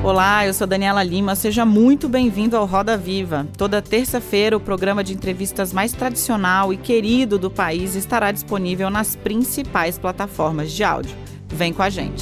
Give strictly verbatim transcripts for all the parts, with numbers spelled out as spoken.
Olá, eu sou Daniela Lima, seja muito bem-vindo ao Roda Viva. Toda terça-feira, o programa de entrevistas mais tradicional e querido do país estará disponível nas principais plataformas de áudio. Vem com a gente!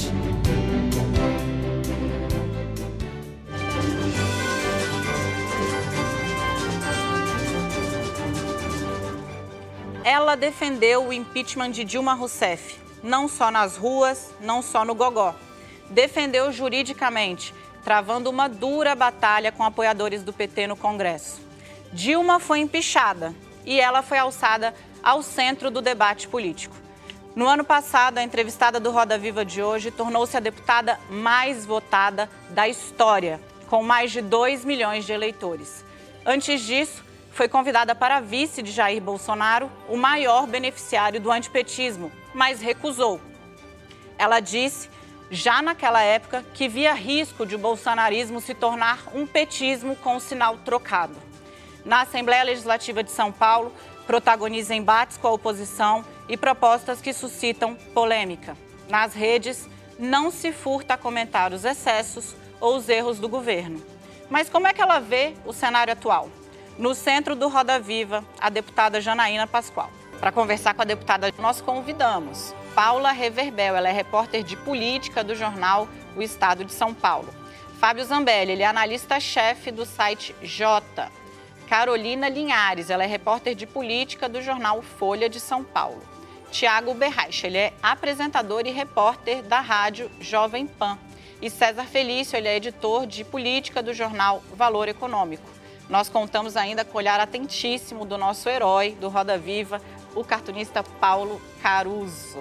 Ela defendeu o impeachment de Dilma Rousseff, não só nas ruas, não só no gogó. Defendeu juridicamente, travando uma dura batalha com apoiadores do P T no Congresso. Dilma foi empichada e ela foi alçada ao centro do debate político. No ano passado, a entrevistada do Roda Viva de hoje tornou-se a deputada mais votada da história, com mais de dois milhões de eleitores. Antes disso, foi convidada para vice de Jair Bolsonaro, o maior beneficiário do antipetismo, mas recusou. Ela disse, já naquela época, que via risco de o bolsonarismo se tornar um petismo com o sinal trocado. Na Assembleia Legislativa de São Paulo, protagoniza embates com a oposição e propostas que suscitam polêmica. Nas redes, não se furta a comentar os excessos ou os erros do governo. Mas como é que ela vê o cenário atual? No centro do Roda Viva, a deputada Janaína Pascoal. Para conversar com a deputada, nós convidamos Paula Reverbel, ela é repórter de política do jornal O Estado de São Paulo. Fábio Zambelli, ele é analista-chefe do site Jota. Carolina Linhares, ela é repórter de política do jornal Folha de São Paulo. Tiago Berraich, ele é apresentador e repórter da rádio Jovem Pan. E César Felício, ele é editor de política do jornal Valor Econômico. Nós contamos ainda com o olhar atentíssimo do nosso herói do Roda Viva, o cartunista Paulo Caruso.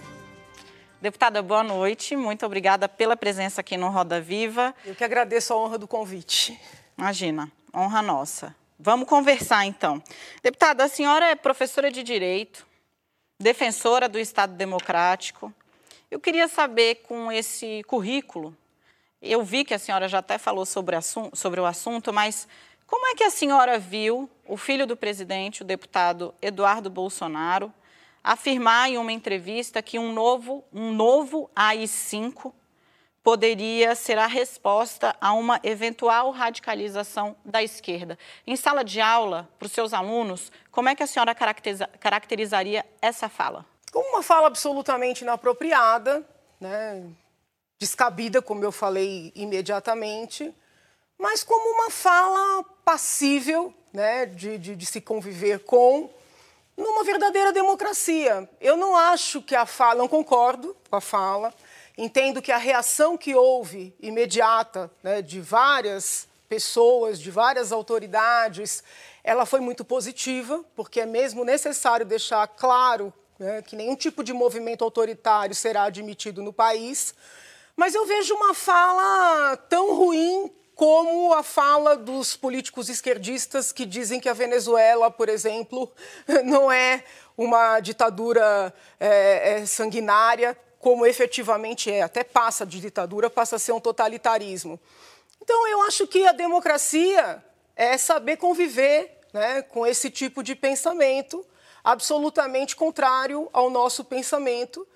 Deputada, boa noite. Muito obrigada pela presença aqui no Roda Viva. Eu que agradeço a honra do convite. Imagina, honra nossa. Vamos conversar, então. Deputada, a senhora é professora de Direito, defensora do Estado Democrático. Eu queria saber, com esse currículo, eu vi que a senhora já até falou sobre, assun- sobre o assunto, mas como é que a senhora viu o filho do presidente, o deputado Eduardo Bolsonaro, afirmar em uma entrevista que um novo, um novo A I cinco poderia ser a resposta a uma eventual radicalização da esquerda? Em sala de aula, para os seus alunos, como é que a senhora caracteriza, caracterizaria essa fala? Como uma fala absolutamente inapropriada, né, descabida, como eu falei imediatamente, mas como uma fala passível, né, de, de, de se conviver com, numa verdadeira democracia. Eu não acho que a fala, não concordo com a fala, entendo que a reação que houve imediata, né, de várias pessoas, de várias autoridades, ela foi muito positiva, porque é mesmo necessário deixar claro, né, que nenhum tipo de movimento autoritário será admitido no país, mas eu vejo uma fala tão ruim como a fala dos políticos esquerdistas que dizem que a Venezuela, por exemplo, não é uma ditadura é, é, sanguinária, como efetivamente é. Até passa de ditadura, passa a ser um totalitarismo. Então, eu acho que a democracia é saber conviver, né, com esse tipo de pensamento absolutamente contrário ao nosso pensamento.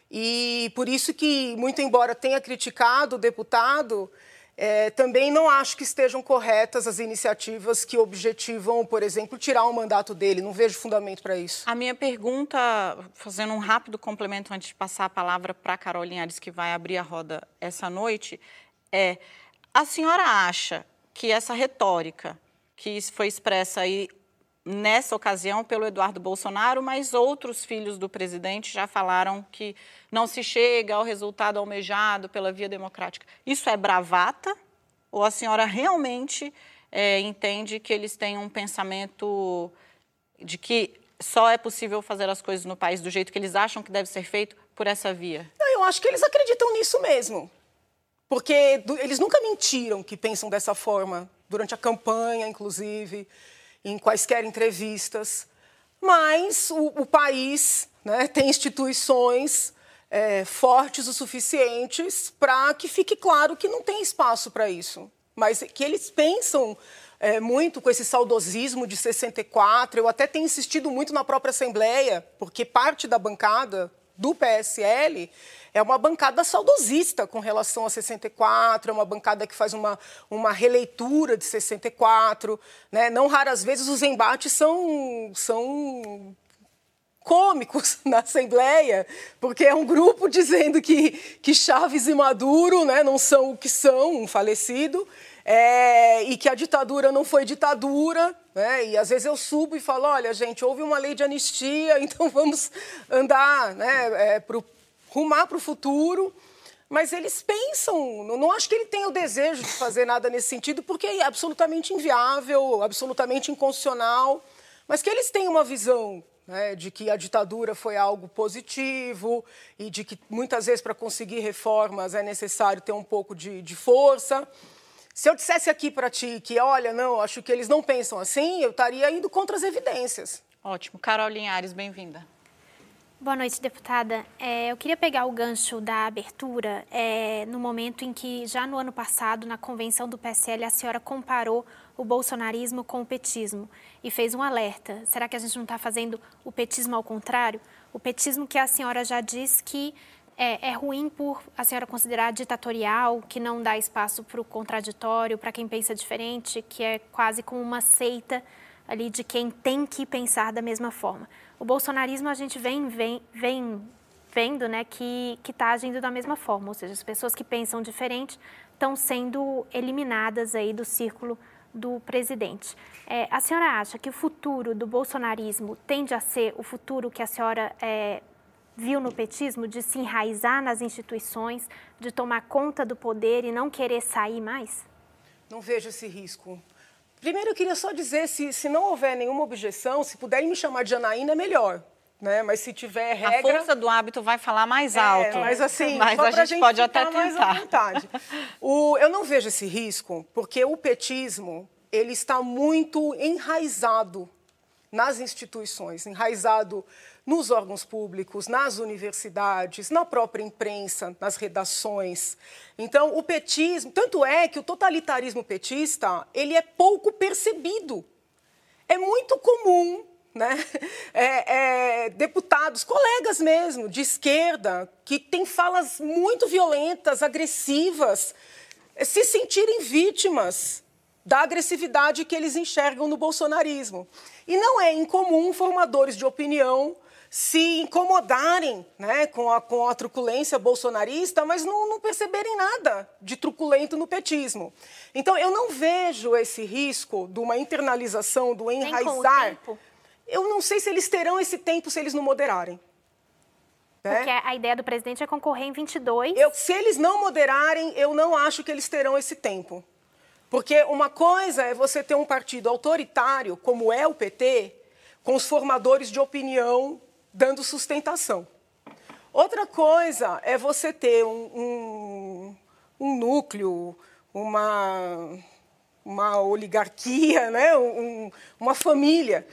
E por isso que, muito embora tenha criticado o deputado, É, também não acho que estejam corretas as iniciativas que objetivam, por exemplo, tirar o mandato dele. Não vejo fundamento para isso. A minha pergunta, fazendo um rápido complemento antes de passar a palavra para a Carol Linhares, que vai abrir a roda essa noite, é: a senhora acha que essa retórica que foi expressa aí nessa ocasião pelo Eduardo Bolsonaro, mas outros filhos do presidente já falaram que não se chega ao resultado almejado pela via democrática, isso é bravata? Ou a senhora realmente é, entende que eles têm um pensamento de que só é possível fazer as coisas no país do jeito que eles acham que deve ser feito por essa via? Eu acho que eles acreditam nisso mesmo. Porque eles nunca mentiram que pensam dessa forma, durante a campanha, inclusive, em quaisquer entrevistas. Mas o, o país, né, tem instituições é, fortes o suficientes para que fique claro que não tem espaço para isso. Mas que eles pensam é, muito com esse saudosismo de sessenta e quatro. Eu até tenho insistido muito na própria Assembleia, porque parte da bancada do P S L é uma bancada saudosista com relação a sessenta e quatro, é uma bancada que faz uma, uma releitura de sessenta e quatro. Né? Não raras vezes os embates são, são cômicos na Assembleia, porque é um grupo dizendo que, que Chaves e Maduro, né, não são o que são, um falecido, é, e que a ditadura não foi ditadura. Né? E às vezes eu subo e falo, olha, gente, houve uma lei de anistia, então vamos andar, né, é, pro, rumar para o futuro. Mas eles pensam, não acho que ele tenha o desejo de fazer nada nesse sentido, porque é absolutamente inviável, absolutamente inconstitucional, mas que eles têm uma visão, né, de que a ditadura foi algo positivo e de que muitas vezes para conseguir reformas é necessário ter um pouco de, de força. Se eu dissesse aqui para ti que, olha, não, acho que eles não pensam assim, eu estaria indo contra as evidências. Ótimo. Carol Linhares, bem-vinda. Boa noite, deputada. É, eu queria pegar o gancho da abertura é, no momento em que, já no ano passado, na convenção do P S L, a senhora comparou o bolsonarismo com o petismo e fez um alerta. Será que a gente não está fazendo o petismo ao contrário? O petismo que a senhora já diz que é, é ruim por a senhora considerar ditatorial, que não dá espaço para o contraditório, para quem pensa diferente, que é quase como uma seita ali de quem tem que pensar da mesma forma. O bolsonarismo a gente vem, vem, vem vendo, né, que está agindo da mesma forma, ou seja, as pessoas que pensam diferente estão sendo eliminadas aí do círculo do presidente. É, a senhora acha que o futuro do bolsonarismo tende a ser o futuro que a senhora é, viu no petismo, de se enraizar nas instituições, de tomar conta do poder e não querer sair mais? Não vejo esse risco. Primeiro, eu queria só dizer, se, se não houver nenhuma objeção, se puderem me chamar de Janaína, é melhor. Né? Mas se tiver regra... A força do hábito vai falar mais alto. É, mas assim, mas a gente, gente pode até tentar. Vontade. O, eu não vejo esse risco, porque o petismo ele está muito enraizado nas instituições, enraizado nos órgãos públicos, nas universidades, na própria imprensa, nas redações. Então, o petismo... Tanto é que o totalitarismo petista ele é pouco percebido. É muito comum, né? É, é, deputados, colegas mesmo, de esquerda, que têm falas muito violentas, agressivas, se sentirem vítimas da agressividade que eles enxergam no bolsonarismo. E não é incomum formadores de opinião se incomodarem, né, com, a, com a truculência bolsonarista, mas não, não perceberem nada de truculento no petismo. Então, eu não vejo esse risco de uma internalização, do enraizar. Nem com o tempo? Eu não sei se eles terão esse tempo se eles não moderarem. Né? Porque a ideia do presidente é concorrer em vinte e dois. Eu, se eles não moderarem, eu não acho que eles terão esse tempo. Porque uma coisa é você ter um partido autoritário, como é o P T, com os formadores de opinião dando sustentação. Outra coisa é você ter um, um, um núcleo, uma, uma oligarquia, né? um, uma família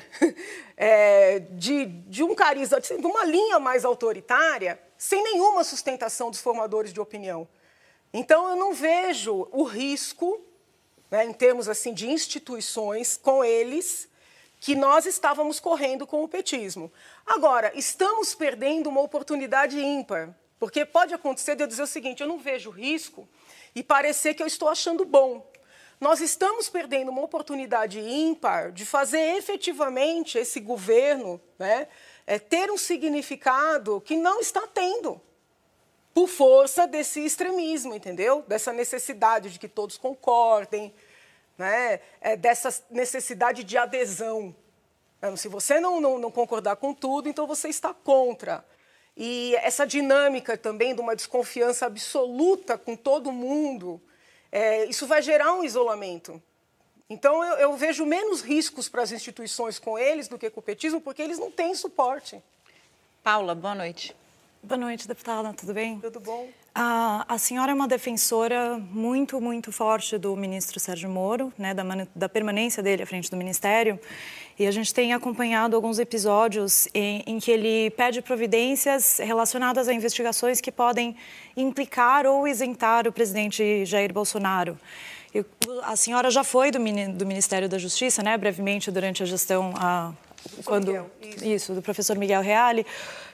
é, de, de um carisma, de uma linha mais autoritária, sem nenhuma sustentação dos formadores de opinião. Então, eu não vejo o risco, né, em termos assim, de instituições, com eles, que nós estávamos correndo com o petismo. Agora, estamos perdendo uma oportunidade ímpar, porque pode acontecer de eu dizer o seguinte, eu não vejo risco e parecer que eu estou achando bom. Nós estamos perdendo uma oportunidade ímpar de fazer efetivamente esse governo, né, é, ter um significado que não está tendo, por força desse extremismo, entendeu? Dessa necessidade de que todos concordem, né? É, dessa necessidade de adesão. Se você não, não, não concordar com tudo, então você está contra. E essa dinâmica também de uma desconfiança absoluta com todo mundo, é, isso vai gerar um isolamento. Então, eu, eu vejo menos riscos para as instituições com eles do que com o petismo, porque eles não têm suporte. Paula, boa noite. Boa noite, deputada. Tudo bem? Tudo bom? A, a senhora é uma defensora muito, muito forte do ministro Sérgio Moro, né, da, da permanência dele à frente do Ministério. E a gente tem acompanhado alguns episódios em, em que ele pede providências relacionadas a investigações que podem implicar ou isentar o presidente Jair Bolsonaro. E a senhora já foi do, do Ministério da Justiça, né, brevemente, durante a gestão... A, quando, Miguel, isso. isso, do professor Miguel Reale.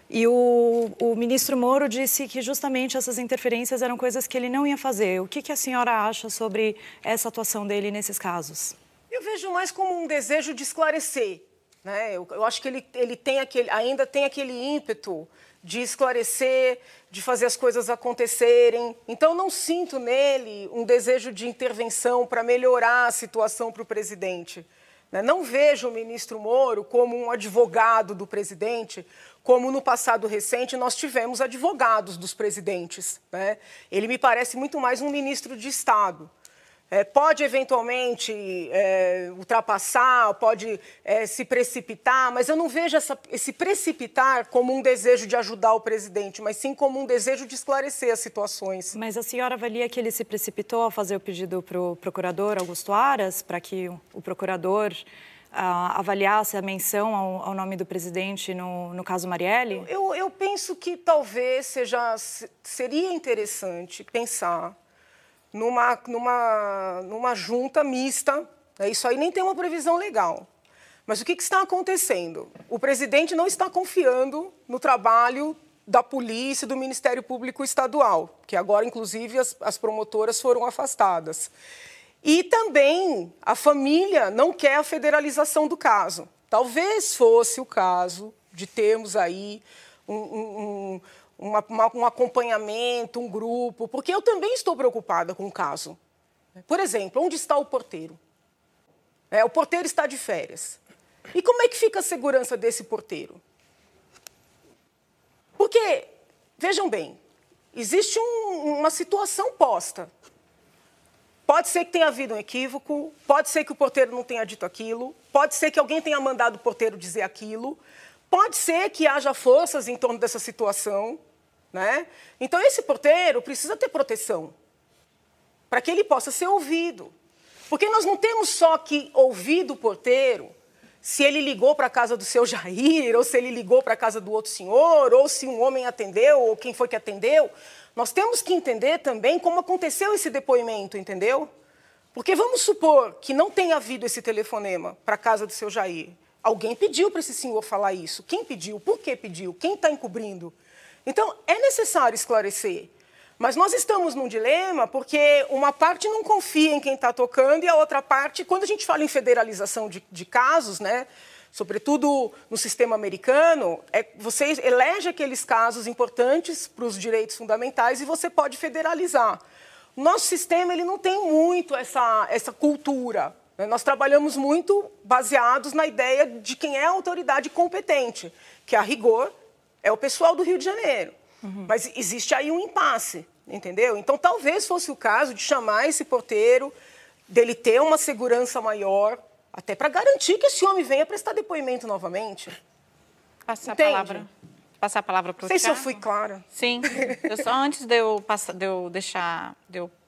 E o, o ministro Moro disse que justamente essas interferências eram coisas que ele não ia fazer. O que, que a senhora acha sobre essa atuação dele nesses casos? Eu vejo mais como um desejo de esclarecer. Né? Eu, eu acho que ele, ele tem aquele, ainda tem aquele ímpeto de esclarecer, de fazer as coisas acontecerem. Então, não sinto nele um desejo de intervenção para melhorar a situação para o presidente. Não vejo o ministro Moro como um advogado do presidente, como no passado recente nós tivemos advogados dos presidentes. Né? Ele me parece muito mais um ministro de Estado. É, pode, eventualmente, é, ultrapassar, pode é, se precipitar, mas eu não vejo essa, esse precipitar como um desejo de ajudar o presidente, mas sim como um desejo de esclarecer as situações. Mas a senhora avalia que ele se precipitou ao fazer o pedido para o procurador Augusto Aras, para que o procurador ah, avaliasse a menção ao, ao nome do presidente no, no caso Marielle? Eu, eu penso que talvez seja, seria interessante pensar Numa, numa, numa junta mista. Isso aí nem tem uma previsão legal. Mas o que, que está acontecendo? O presidente não está confiando no trabalho da polícia e do Ministério Público Estadual, que agora, inclusive, as, as promotoras foram afastadas. E também a família não quer a federalização do caso. Talvez fosse o caso de termos aí um... um, um Uma, uma, um acompanhamento, um grupo, porque eu também estou preocupada com o caso. Por exemplo, onde está o porteiro? É, o porteiro está de férias. E como é que fica a segurança desse porteiro? Porque, vejam bem, existe um, uma situação posta. Pode ser que tenha havido um equívoco, pode ser que o porteiro não tenha dito aquilo, pode ser que alguém tenha mandado o porteiro dizer aquilo, pode ser que haja forças em torno dessa situação. Né? Então, esse porteiro precisa ter proteção para que ele possa ser ouvido. Porque nós não temos só que ouvir do porteiro se ele ligou para a casa do seu Jair, ou se ele ligou para a casa do outro senhor, ou se um homem atendeu, ou quem foi que atendeu. Nós temos que entender também como aconteceu esse depoimento, entendeu? Porque vamos supor que não tenha havido esse telefonema para a casa do seu Jair. Alguém pediu para esse senhor falar isso. Quem pediu? Por que pediu? Quem está encobrindo? Então, é necessário esclarecer. Mas nós estamos num dilema porque uma parte não confia em quem está tocando e a outra parte, quando a gente fala em federalização de, de casos, né, sobretudo no sistema americano, é, você elege aqueles casos importantes para os direitos fundamentais e você pode federalizar. O nosso sistema ele não tem muito essa, essa cultura. Né? Nós trabalhamos muito baseados na ideia de quem é a autoridade competente, que, a rigor, é o pessoal do Rio de Janeiro. Uhum. Mas existe aí um impasse, entendeu? Então, talvez fosse o caso de chamar esse porteiro, dele ter uma segurança maior, até para garantir que esse homem venha prestar depoimento novamente. Passar a palavra, passar a palavra para o Thiago. Não sei se eu fui clara. Sim. Eu só, antes de eu, passar, de eu deixar... De eu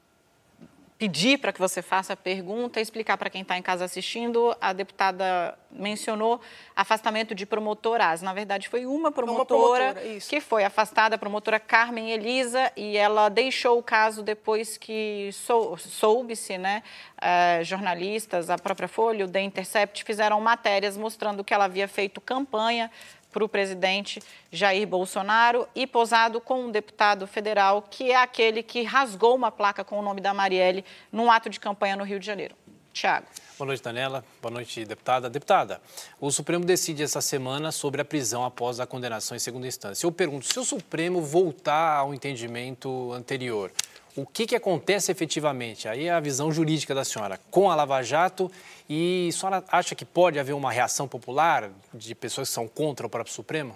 pedir para que você faça a pergunta e explicar para quem está em casa assistindo, a deputada mencionou afastamento de promotoras. Na verdade, foi uma promotora, uma promotora que foi afastada, a promotora Carmen Elisa, e ela deixou o caso depois que sou, soube-se, né, eh, jornalistas, a própria Folha, o The Intercept, fizeram matérias mostrando que ela havia feito campanha para o presidente Jair Bolsonaro e posado com um deputado federal, que é aquele que rasgou uma placa com o nome da Marielle num ato de campanha no Rio de Janeiro. Thiago. Boa noite, Daniela. Boa noite, deputada. Deputada, o Supremo decide essa semana sobre a prisão após a condenação em segunda instância. Eu pergunto, se o Supremo voltar ao entendimento anterior, o que, que acontece efetivamente? Aí é a visão jurídica da senhora com a Lava Jato, e a senhora acha que pode haver uma reação popular de pessoas que são contra o próprio Supremo?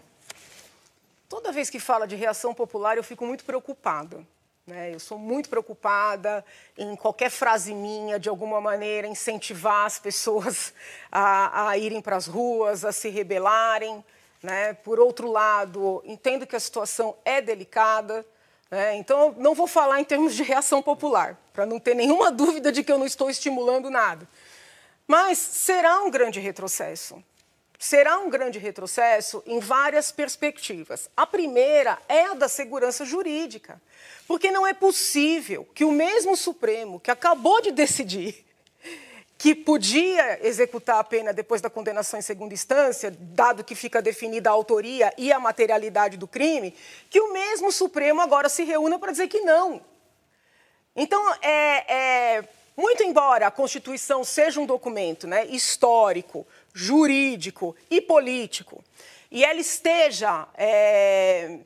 Toda vez que fala de reação popular, eu fico muito preocupada. Né? Eu sou muito preocupada em qualquer frase minha, de alguma maneira, incentivar as pessoas a, a irem para as ruas, a se rebelarem. Né? Por outro lado, entendo que a situação é delicada. É, então, eu não vou falar em termos de reação popular, para não ter nenhuma dúvida de que eu não estou estimulando nada. Mas será um grande retrocesso. Será um grande retrocesso em várias perspectivas. A primeira é a da segurança jurídica, porque não é possível que o mesmo Supremo, que acabou de decidir que podia executar a pena depois da condenação em segunda instância, dado que fica definida a autoria e a materialidade do crime, que o mesmo Supremo agora se reúna para dizer que não. Então, é, é, muito embora a Constituição seja um documento, né, histórico, jurídico e político, e ela esteja é,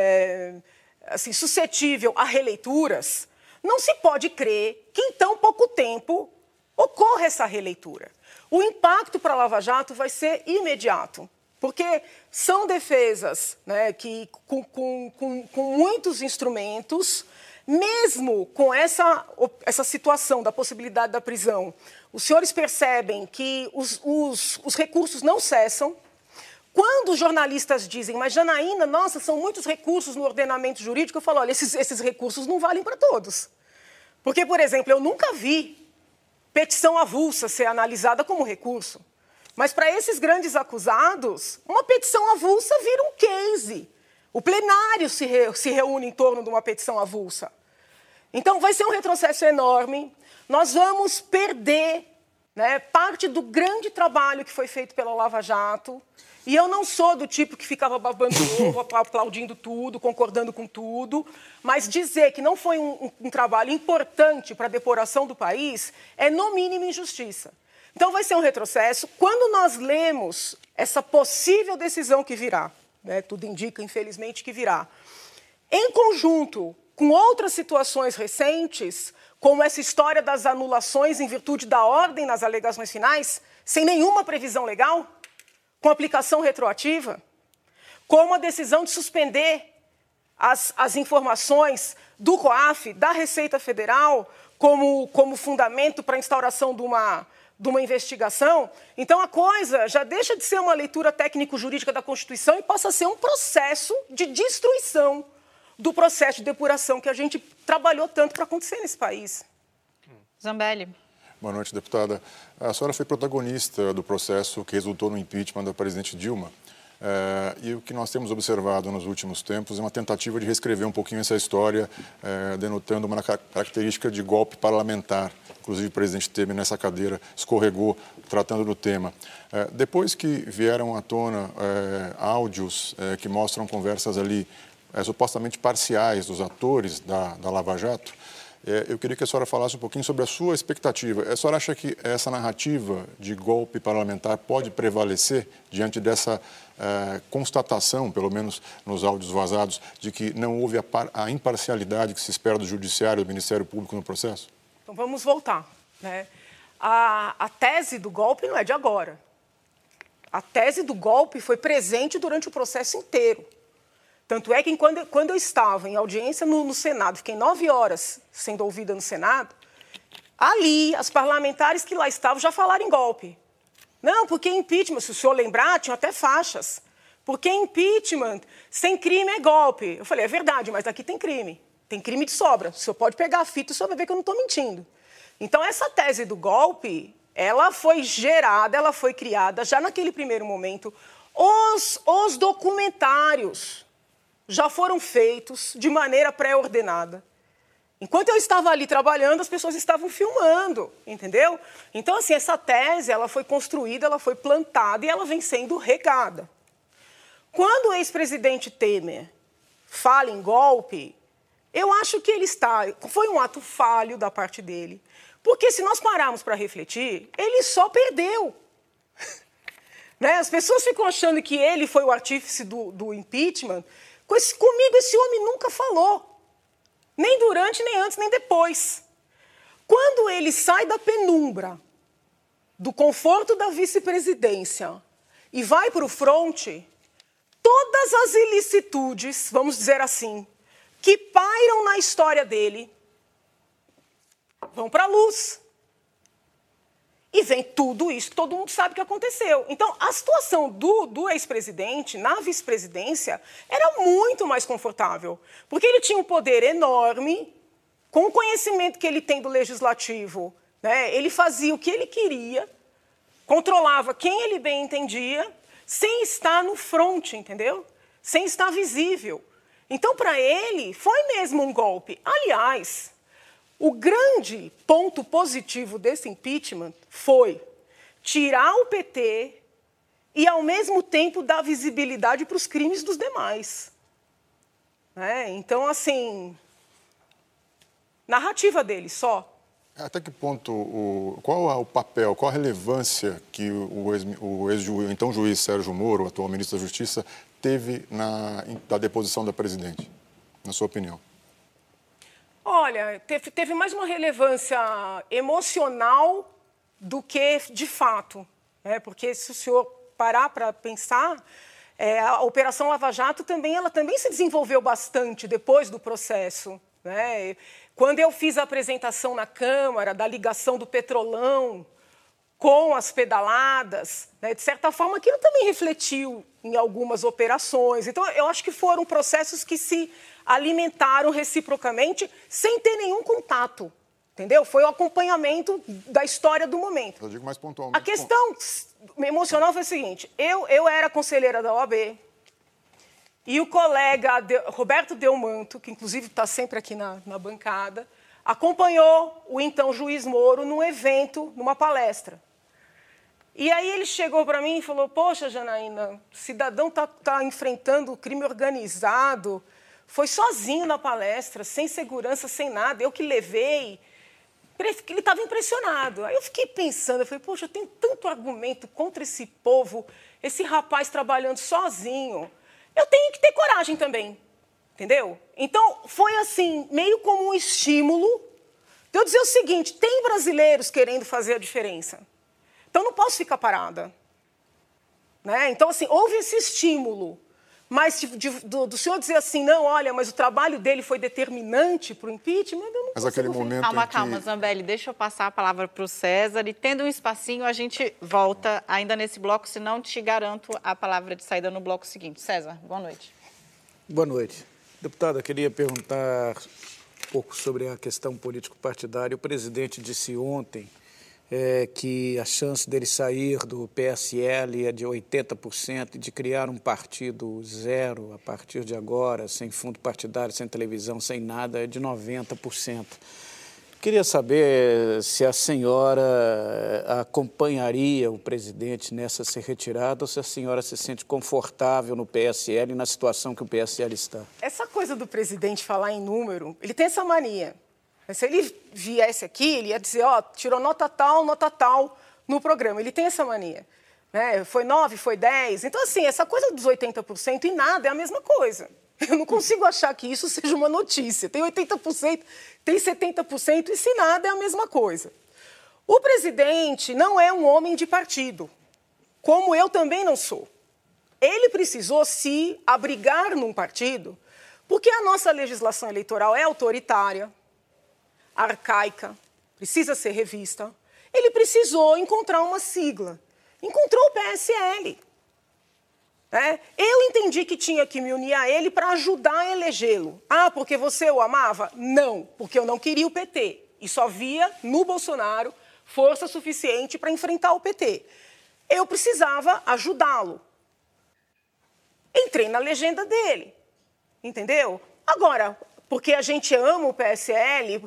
é, assim, suscetível a releituras, não se pode crer que em tão pouco tempo ocorra essa releitura. O impacto para a Lava Jato vai ser imediato, porque são defesas, né, que, com, com, com, com muitos instrumentos, mesmo com essa, essa situação da possibilidade da prisão, os senhores percebem que os, os, os recursos não cessam. Quando os jornalistas dizem, mas Janaína, nossa, são muitos recursos no ordenamento jurídico, eu falo, olha, esses, esses recursos não valem para todos. Porque, por exemplo, eu nunca vi petição avulsa ser analisada como recurso. Mas, para esses grandes acusados, uma petição avulsa vira um case. O plenário se, re, se reúne em torno de uma petição avulsa. Então, vai ser um retrocesso enorme. Nós vamos perder, né, parte do grande trabalho que foi feito pela Lava Jato. E eu não sou do tipo que ficava babando ovo, aplaudindo tudo, concordando com tudo, mas dizer que não foi um, um, um trabalho importante para a depuração do país é, no mínimo, injustiça. Então, vai ser um retrocesso. Quando nós lemos essa possível decisão que virá, né, tudo indica, infelizmente, que virá, em conjunto com outras situações recentes, como essa história das anulações em virtude da ordem nas alegações finais, sem nenhuma previsão legal, com aplicação retroativa, como a decisão de suspender as, as informações do COAF, da Receita Federal, como, como fundamento para a instauração de uma, de uma investigação. Então, a coisa já deixa de ser uma leitura técnico-jurídica da Constituição e passa a ser um processo de destruição do processo de depuração que a gente trabalhou tanto para acontecer nesse país. Zambelli. Boa noite, deputada. A senhora foi protagonista do processo que resultou no impeachment da presidente Dilma. É, e o que nós temos observado nos últimos tempos é uma tentativa de reescrever um pouquinho essa história, é, denotando uma característica de golpe parlamentar. Inclusive, o presidente Temer, nessa cadeira, escorregou tratando do tema. É, depois que vieram à tona é, áudios é, que mostram conversas ali é, supostamente parciais dos atores da, da Lava Jato, É, eu queria que a senhora falasse um pouquinho sobre a sua expectativa. A senhora acha que essa narrativa de golpe parlamentar pode prevalecer diante dessa uh, constatação, pelo menos nos áudios vazados, de que não houve a, par, a imparcialidade que se espera do Judiciário e do Ministério Público no processo? Então, vamos voltar, né? A, a tese do golpe não é de agora. A tese do golpe foi presente durante o processo inteiro. Tanto é que, quando, quando eu estava em audiência no, no Senado, fiquei nove horas sendo ouvida no Senado, ali, as parlamentares que lá estavam já falaram em golpe. Não, porque impeachment, se o senhor lembrar, tinha até faixas. Porque impeachment, sem crime é golpe. Eu falei, é verdade, mas aqui tem crime. Tem crime de sobra. O senhor pode pegar a fita e o senhor vai ver que eu não estou mentindo. Então, essa tese do golpe, ela foi gerada, ela foi criada já naquele primeiro momento. Os, os documentários já foram feitos de maneira pré-ordenada. Enquanto eu estava ali trabalhando, as pessoas estavam filmando, entendeu? Então, assim, essa tese, ela foi construída, ela foi plantada e ela vem sendo regada. Quando o ex-presidente Temer fala em golpe, eu acho que ele está... Foi um ato falho da parte dele. Porque, se nós pararmos para refletir, ele só perdeu. Né? As pessoas ficam achando que ele foi o artífice do, do impeachment. Com esse, comigo, esse homem nunca falou. Nem durante, nem antes, nem depois. Quando ele sai da penumbra, do conforto da vice-presidência, e vai para o fronte, todas as ilicitudes, vamos dizer assim, que pairam na história dele, vão para a luz. E vem tudo isso que todo mundo sabe que aconteceu. Então, a situação do, do ex-presidente na vice-presidência era muito mais confortável. Porque ele tinha um poder enorme, com o conhecimento que ele tem do legislativo, né? Ele fazia o que ele queria, controlava quem ele bem entendia, sem estar no fronte, entendeu? Sem estar visível. Então, para ele, foi mesmo um golpe. Aliás, O grande ponto positivo desse impeachment foi tirar o P T e, ao mesmo tempo, dar visibilidade para os crimes dos demais. É, então, assim, narrativa dele só. Até que ponto, o, qual é o papel, qual a relevância que o, ex, o ex, então juiz Sérgio Moro, atual ministro da Justiça, teve na da deposição da presidente, na sua opinião? Olha, teve, teve mais uma relevância emocional do que de fato. Né? Porque se o senhor parar para pensar, é, a Operação Lava Jato também, ela também se desenvolveu bastante depois do processo. Né? Quando eu fiz a apresentação na Câmara da ligação do Petrolão com as pedaladas, né, de certa forma, aquilo também refletiu em algumas operações. Então, eu acho que foram processos que se alimentaram reciprocamente sem ter nenhum contato, entendeu? Foi o acompanhamento da história do momento. Eu digo mais pontualmente. A questão emocional foi a seguinte, eu, eu era conselheira da O A B, e o colega de, Roberto Delmanto, que inclusive está sempre aqui na, na bancada, acompanhou o então juiz Moro num evento, numa palestra. E aí ele chegou para mim e falou, poxa, Janaína, o cidadão está tá enfrentando o crime organizado, foi sozinho na palestra, sem segurança, sem nada, eu que levei. Ele estava impressionado. Aí eu fiquei pensando, eu falei, poxa, eu tenho tanto argumento contra esse povo, esse rapaz trabalhando sozinho. Eu tenho que ter coragem também, entendeu? Então, foi assim, meio como um estímulo de eu dizer o seguinte, tem brasileiros querendo fazer a diferença. Então, não posso ficar parada. Né? Então, assim, houve esse estímulo. Mas de, de, do, do senhor dizer assim, não, olha, mas o trabalho dele foi determinante para o impeachment, eu não Mas aquele momento Calma, em que... calma, Zambelli, deixa eu passar a palavra para o César. E tendo um espacinho, a gente volta ainda nesse bloco, senão te garanto a palavra de saída no bloco seguinte. César, boa noite. Boa noite. Deputada, queria perguntar um pouco sobre a questão político-partidária. O presidente disse ontem é, que a chance dele sair do P S L é de oitenta por cento e de criar um partido zero a partir de agora, sem fundo partidário, sem televisão, sem nada, é de noventa por cento. Queria saber se a senhora acompanharia o presidente nessa ser retirada ou se a senhora se sente confortável no P S L e na situação que o P S L está. Essa coisa do presidente falar em número, ele tem essa mania. Se ele viesse aqui, ele ia dizer, ó, tirou nota tal, nota tal no programa. Ele tem essa mania. Né? Foi nove, foi dez. Então, assim, essa coisa dos oitenta por cento e nada é a mesma coisa. Eu não consigo achar que isso seja uma notícia. Tem oitenta por cento, tem setenta por cento e se nada é a mesma coisa. O presidente não é um homem de partido, como eu também não sou. Ele precisou se abrigar num partido, porque a nossa legislação eleitoral é autoritária, arcaica, precisa ser revista. Ele precisou encontrar uma sigla. Encontrou o P S L. É? Eu entendi que tinha que me unir a ele para ajudar a elegê-lo. Ah, porque você o amava? Não, porque eu não queria o P T. E só via no Bolsonaro força suficiente para enfrentar o P T. Eu precisava ajudá-lo. Entrei na legenda dele. Entendeu? Agora, porque a gente ama o P S L,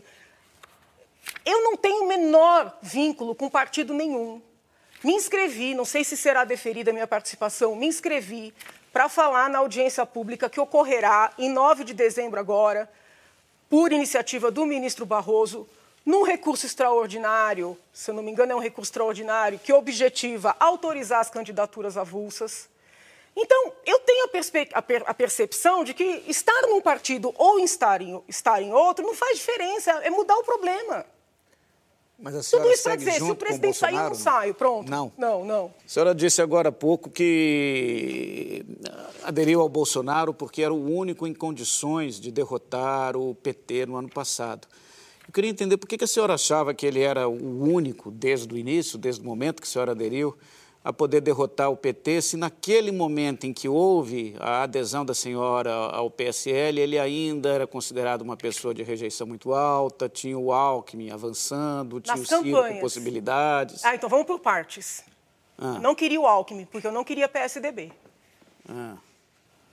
eu não tenho o menor vínculo com partido nenhum. Me inscrevi, não sei se será deferida a minha participação, me inscrevi para falar na audiência pública que ocorrerá em nove de dezembro agora, por iniciativa do ministro Barroso, num recurso extraordinário, se eu não me engano é um recurso extraordinário, que objetiva autorizar as candidaturas avulsas. Então, eu tenho a, perspe- a, per- a percepção de que estar num partido ou estar em, estar em outro não faz diferença, é mudar o problema. Mas a senhora Tudo isso para segue dizer, junto se o presidente sair, eu não não? saio, pronto. Não. Não, não. A senhora disse agora há pouco que aderiu ao Bolsonaro porque era o único em condições de derrotar o P T no ano passado. Eu queria entender por que a senhora achava que ele era o único, desde o início, desde o momento que a senhora aderiu, a poder derrotar o P T, se naquele momento em que houve a adesão da senhora ao P S L, ele ainda era considerado uma pessoa de rejeição muito alta, tinha o Alckmin avançando, tinha Nas o Ciro campanhas. com possibilidades. Ah, então vamos por partes. Ah. Não queria o Alckmin, porque eu não queria P S D B. Ah.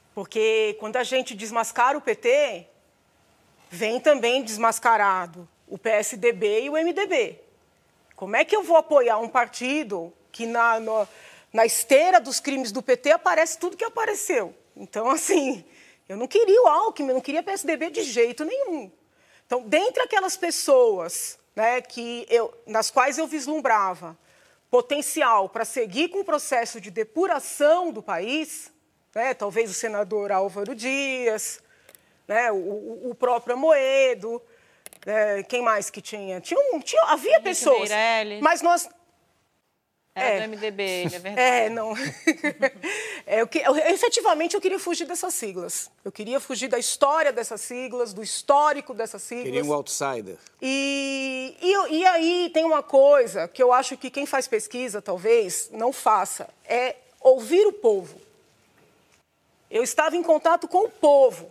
Porque quando a gente desmascara o P T, vem também desmascarado o P S D B e o M D B. Como é que eu vou apoiar um partido que na, no, na esteira dos crimes do P T aparece tudo que apareceu? Então, assim, eu não queria o Alckmin, eu não queria P S D B de jeito nenhum. Então, dentre aquelas pessoas, né, que eu, nas quais eu vislumbrava potencial para seguir com o processo de depuração do país, né, talvez o senador Álvaro Dias, né, o, o próprio Amoedo, né, quem mais que tinha? Tinha, um, tinha havia Henrique pessoas, Meirelles. Mas nós... É, é do M D B, é verdade. É, não. é, eu, eu, efetivamente, eu queria fugir dessas siglas. Eu queria fugir da história dessas siglas, do histórico dessas siglas. Queria um outsider. E, e, e aí tem uma coisa que eu acho que quem faz pesquisa, talvez, não faça, é ouvir o povo. Eu estava em contato com o povo.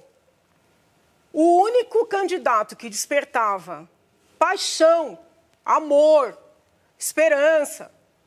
O único candidato que despertava paixão, amor, esperança,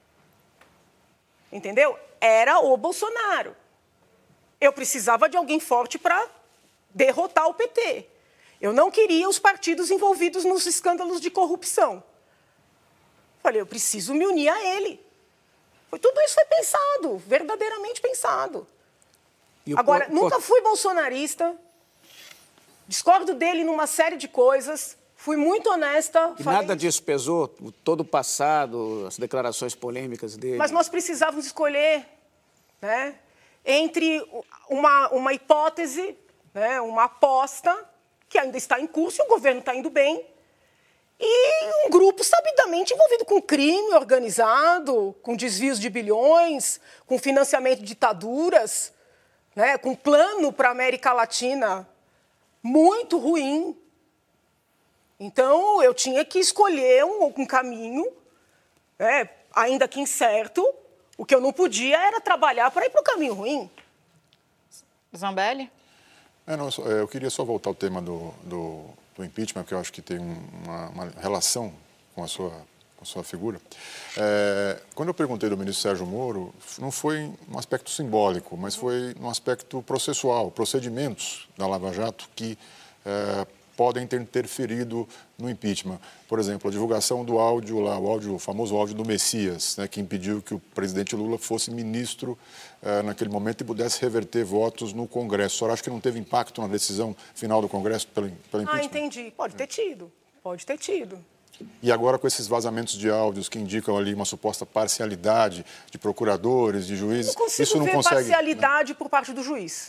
entendeu? Era o Bolsonaro. Eu precisava de alguém forte para derrotar o P T. Eu não queria os partidos envolvidos nos escândalos de corrupção. Falei, eu preciso me unir a ele. Tudo isso foi pensado, verdadeiramente pensado. Agora, nunca fui bolsonarista, discordo dele numa série de coisas, fui muito honesta. E falei... nada disso pesou? Todo o passado, as declarações polêmicas dele? Mas nós precisávamos escolher, né, entre uma, uma hipótese, né, uma aposta, que ainda está em curso e o governo está indo bem, e um grupo sabidamente envolvido com crime organizado, com desvios de bilhões, com financiamento de ditaduras, né, com plano para a América Latina muito ruim. Então, eu tinha que escolher um, um caminho, né, ainda que incerto. O que eu não podia era trabalhar para ir para o caminho ruim. Zambelli? É, não, eu queria só voltar ao tema do, do, do impeachment, porque eu acho que tem uma, uma relação com a sua, com a sua figura. É, quando eu perguntei do ministro Sérgio Moro, não foi um aspecto simbólico, mas foi um aspecto processual, procedimentos da Lava Jato que é, podem ter interferido no impeachment. Por exemplo, a divulgação do áudio lá, o, áudio, o famoso áudio do Messias, né, que impediu que o presidente Lula fosse ministro eh, naquele momento e pudesse reverter votos no Congresso. A senhora acha que não teve impacto na decisão final do Congresso pelo, pelo impeachment? Ah, entendi. Pode ter tido. Pode ter tido. E agora com esses vazamentos de áudios que indicam ali uma suposta parcialidade de procuradores, de juízes, não consigo isso não ver consegue... parcialidade, né, por parte do juiz.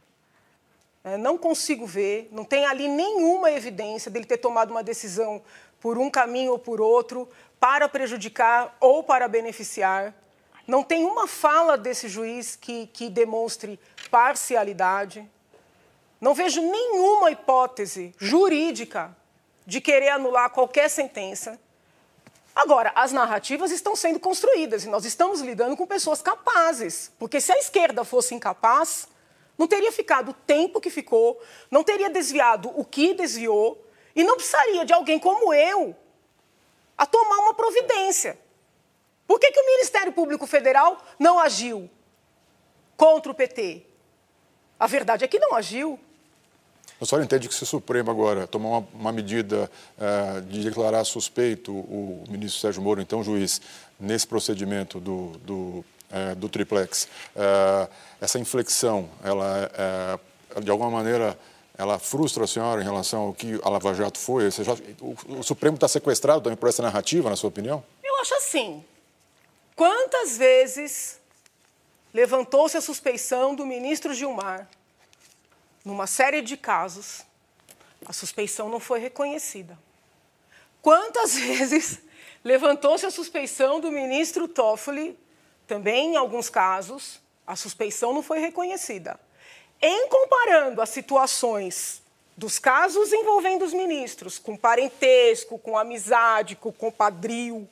É, não consigo ver, não tem ali nenhuma evidência dele ter tomado uma decisão por um caminho ou por outro, para prejudicar ou para beneficiar. Não tem uma fala desse juiz que, que demonstre parcialidade. Não vejo nenhuma hipótese jurídica de querer anular qualquer sentença. Agora, as narrativas estão sendo construídas e nós estamos lidando com pessoas capazes, porque se a esquerda fosse incapaz, não teria ficado o tempo que ficou, não teria desviado o que desviou e não precisaria de alguém como eu a tomar uma providência. Por que que o Ministério Público Federal não agiu contra o P T? A verdade é que não agiu. A senhora entende que se o Supremo agora tomar uma, uma medida uh, de declarar suspeito o ministro Sérgio Moro, então juiz, nesse procedimento do... do É, do triplex, é, essa inflexão, ela, é, de alguma maneira, ela frustra a senhora em relação ao que a Lava Jato foi? Você já, o, o Supremo está sequestrado também por essa narrativa, na sua opinião? Eu acho assim. Quantas vezes levantou-se a suspeição do ministro Gilmar, numa série de casos, a suspeição não foi reconhecida? Quantas vezes levantou-se a suspeição do ministro Toffoli, também, em alguns casos, a suspeição não foi reconhecida. Em comparando as situações dos casos envolvendo os ministros, com parentesco, com amizade, com compadrio,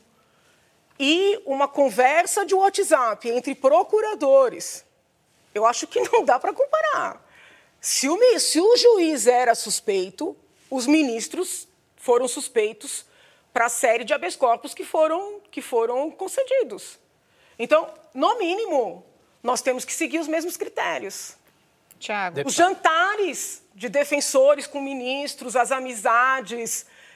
e uma conversa de WhatsApp entre procuradores, eu acho que não dá para comparar. Se o, se o juiz era suspeito, os ministros foram suspeitos para a série de habeas corpus que foram, que foram concedidos. Então, no mínimo, nós temos que seguir os mesmos critérios. Tiago. Os jantares de defensores com ministros, as amizades,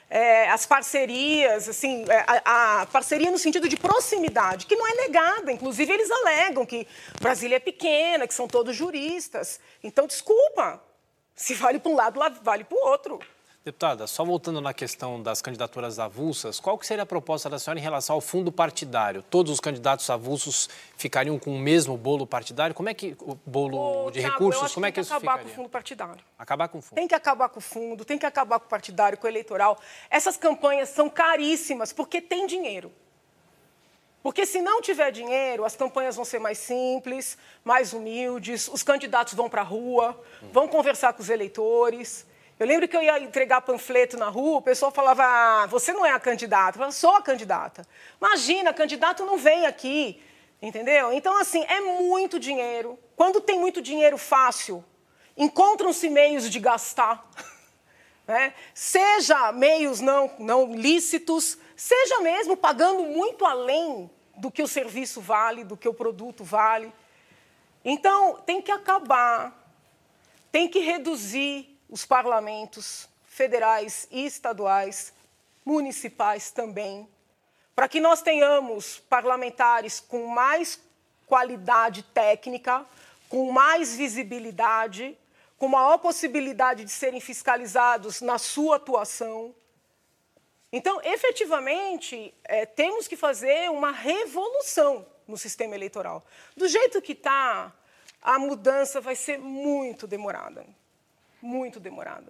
é, as parcerias, assim, a, a parceria no sentido de proximidade, que não é negada. Inclusive, eles alegam que Brasília é pequena, que são todos juristas. Então, desculpa, se vale para um lado, vale para o outro. Deputada, só voltando na questão das candidaturas avulsas, qual que seria a proposta da senhora em relação ao fundo partidário? Todos os candidatos avulsos ficariam com o mesmo bolo partidário? Como é que o bolo Ô, de Thiago, recursos, eu acho como que é que tem isso que acabar ficaria? com o fundo partidário. Acabar com o fundo. Tem que acabar com o fundo, tem que acabar com o partidário, com o eleitoral. Essas campanhas são caríssimas porque tem dinheiro. Porque se não tiver dinheiro, as campanhas vão ser mais simples, mais humildes, os candidatos vão para a rua, vão conversar com os eleitores. Eu lembro que eu ia entregar panfleto na rua, o pessoal falava, ah, você não é a candidata. Eu falava, sou a candidata. Imagina, candidato não vem aqui, entendeu? Então, assim, é muito dinheiro. Quando tem muito dinheiro fácil, encontram-se meios de gastar, né? Seja meios não, não lícitos, seja mesmo pagando muito além do que o serviço vale, do que o produto vale. Então, tem que acabar, tem que reduzir os parlamentos federais e estaduais, municipais também, para que nós tenhamos parlamentares com mais qualidade técnica, com mais visibilidade, com maior possibilidade de serem fiscalizados na sua atuação. Então, efetivamente, é, temos que fazer uma revolução no sistema eleitoral. Do jeito que está, a mudança vai ser muito demorada. Muito demorada.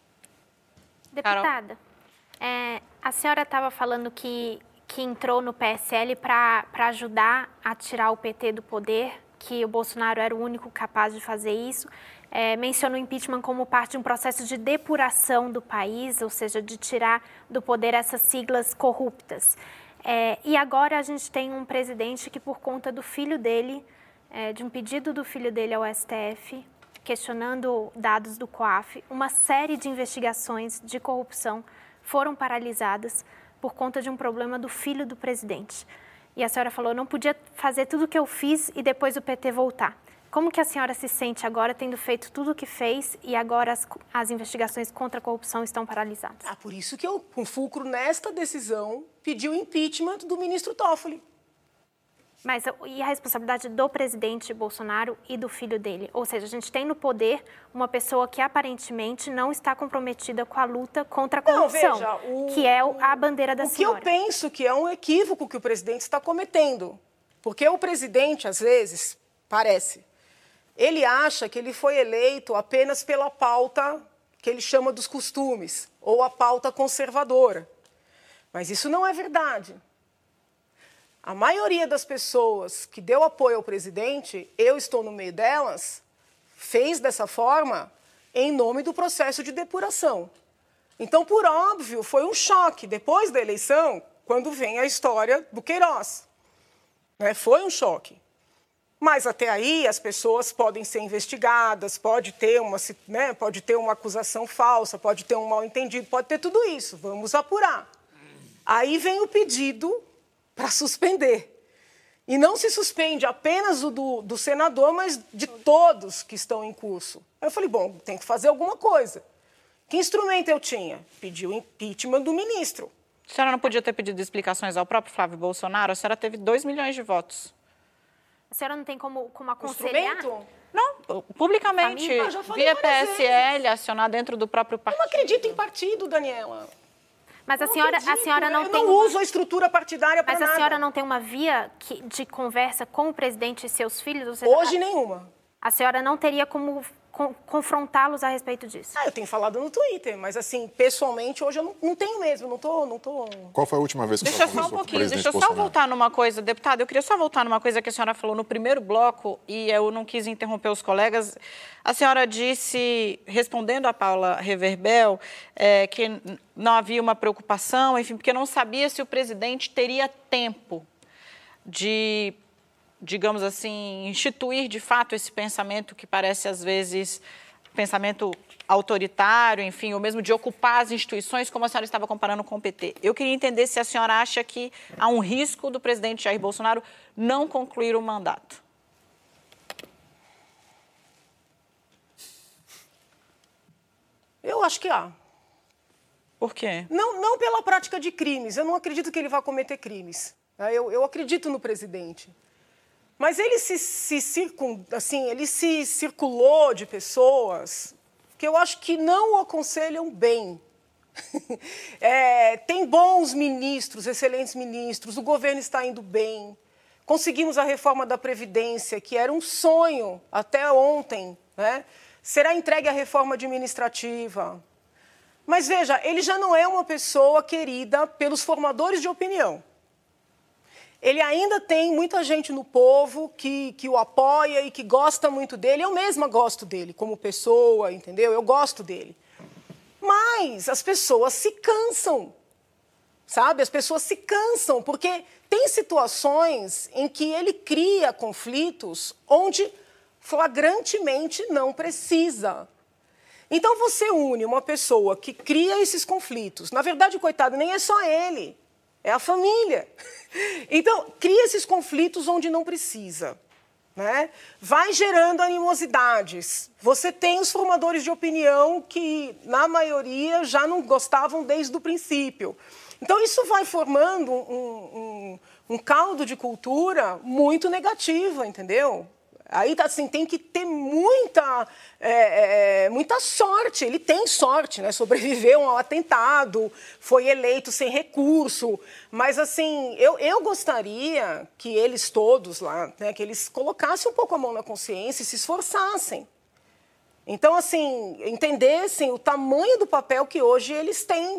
Deputada, é, a senhora estava falando que, que entrou no P S L para ajudar a tirar o P T do poder, que o Bolsonaro era o único capaz de fazer isso. É, menciona o impeachment como parte de um processo de depuração do país, ou seja, de tirar do poder essas siglas corruptas. É, e agora a gente tem um presidente que, por conta do filho dele, é, de um pedido do filho dele ao S T F, questionando dados do COAF, uma série de investigações de corrupção foram paralisadas por conta de um problema do filho do presidente. E a senhora falou, não podia fazer tudo o que eu fiz e depois o P T voltar. Como que a senhora se sente agora, tendo feito tudo o que fez e agora as, as investigações contra a corrupção estão paralisadas? Ah, por isso que eu, com fulcro nesta decisão, pedi o impeachment do ministro Toffoli. Mas e a responsabilidade do presidente Bolsonaro e do filho dele? Ou seja, a gente tem no poder uma pessoa que aparentemente não está comprometida com a luta contra a corrupção, não, veja, o, que é a bandeira da o senhora. O que eu penso que é um equívoco que o presidente está cometendo. Porque o presidente, às vezes, parece, ele acha que ele foi eleito apenas pela pauta que ele chama dos costumes, ou a pauta conservadora. Mas isso não é verdade. A maioria das pessoas que deu apoio ao presidente, eu estou no meio delas, fez dessa forma em nome do processo de depuração. Então, por óbvio, foi um choque depois da eleição, quando vem a história do Queiroz. Né? Foi um choque. Mas até aí as pessoas podem ser investigadas, pode ter uma, né, pode ter uma acusação falsa, pode ter um mal-entendido, pode ter tudo isso. Vamos apurar. Aí vem o pedido para suspender. E não se suspende apenas o do, do senador, mas de todos que estão em curso. Aí eu falei, bom, tem que fazer alguma coisa. Que instrumento eu tinha? Pedi o impeachment do ministro. A senhora não podia ter pedido explicações ao próprio Flávio Bolsonaro? A senhora teve dois milhões de votos. A senhora não tem como, como aconselhar? Instrumento? Não, publicamente, Ah, via P S L, acionar dentro do próprio partido. Eu não acredito em partido, Daniela. Mas a senhora, a senhora não eu tem... Eu não uso a estrutura partidária para nada. Mas a senhora não tem uma via que, de conversa com o presidente e seus filhos? Ou seja, Hoje, a, nenhuma. A senhora não teria como com, confrontá-los a respeito disso? Ah, eu tenho falado no Twitter, mas assim, pessoalmente, hoje eu não, não tenho mesmo, não tô, não tô... Qual foi a última vez que Deixa você só um conversou com o pouquinho, presidente deixa eu só Bolsonaro? voltar numa coisa, deputada, eu queria só voltar numa coisa que a senhora falou no primeiro bloco e eu não quis interromper os colegas. A senhora disse, respondendo a Paula Reverbel, é, que não havia uma preocupação, enfim, porque não sabia se o presidente teria tempo de, digamos assim, instituir de fato esse pensamento que parece às vezes pensamento autoritário, enfim, ou mesmo de ocupar as instituições, como a senhora estava comparando com o P T. Eu queria entender se a senhora acha que há um risco do presidente Jair Bolsonaro não concluir o mandato. Eu acho que há. Por quê? Não, não pela prática de crimes. Eu não acredito que ele vá cometer crimes. Eu, eu acredito no presidente. Mas ele se, se, circun, assim, ele se circulou de pessoas que eu acho que não o aconselham bem. É, tem bons ministros, excelentes ministros, o governo está indo bem. Conseguimos a reforma da Previdência, que era um sonho até ontem, né? Será entregue a reforma administrativa. Mas, veja, ele já não é uma pessoa querida pelos formadores de opinião. Ele ainda tem muita gente no povo que, que o apoia e que gosta muito dele. Eu mesma gosto dele como pessoa, entendeu? Eu gosto dele. Mas as pessoas se cansam, sabe? As pessoas se cansam, porque tem situações em que ele cria conflitos onde flagrantemente não precisa. Então você une uma pessoa que cria esses conflitos. Na verdade, coitado, nem é só ele, é a família. Então, cria esses conflitos onde não precisa. Né? Vai gerando animosidades. Você tem os formadores de opinião que, na maioria, já não gostavam desde o princípio. Então, isso vai formando um, um, um caldo de cultura muito negativa, entendeu? Aí, assim, tem que ter muita, é, é, muita sorte. Ele tem sorte, né? Sobreviveu a um atentado, foi eleito sem recurso. Mas, assim, eu, eu gostaria que eles todos lá, né, que eles colocassem um pouco a mão na consciência e se esforçassem. Então, assim, entendessem o tamanho do papel que hoje eles têm.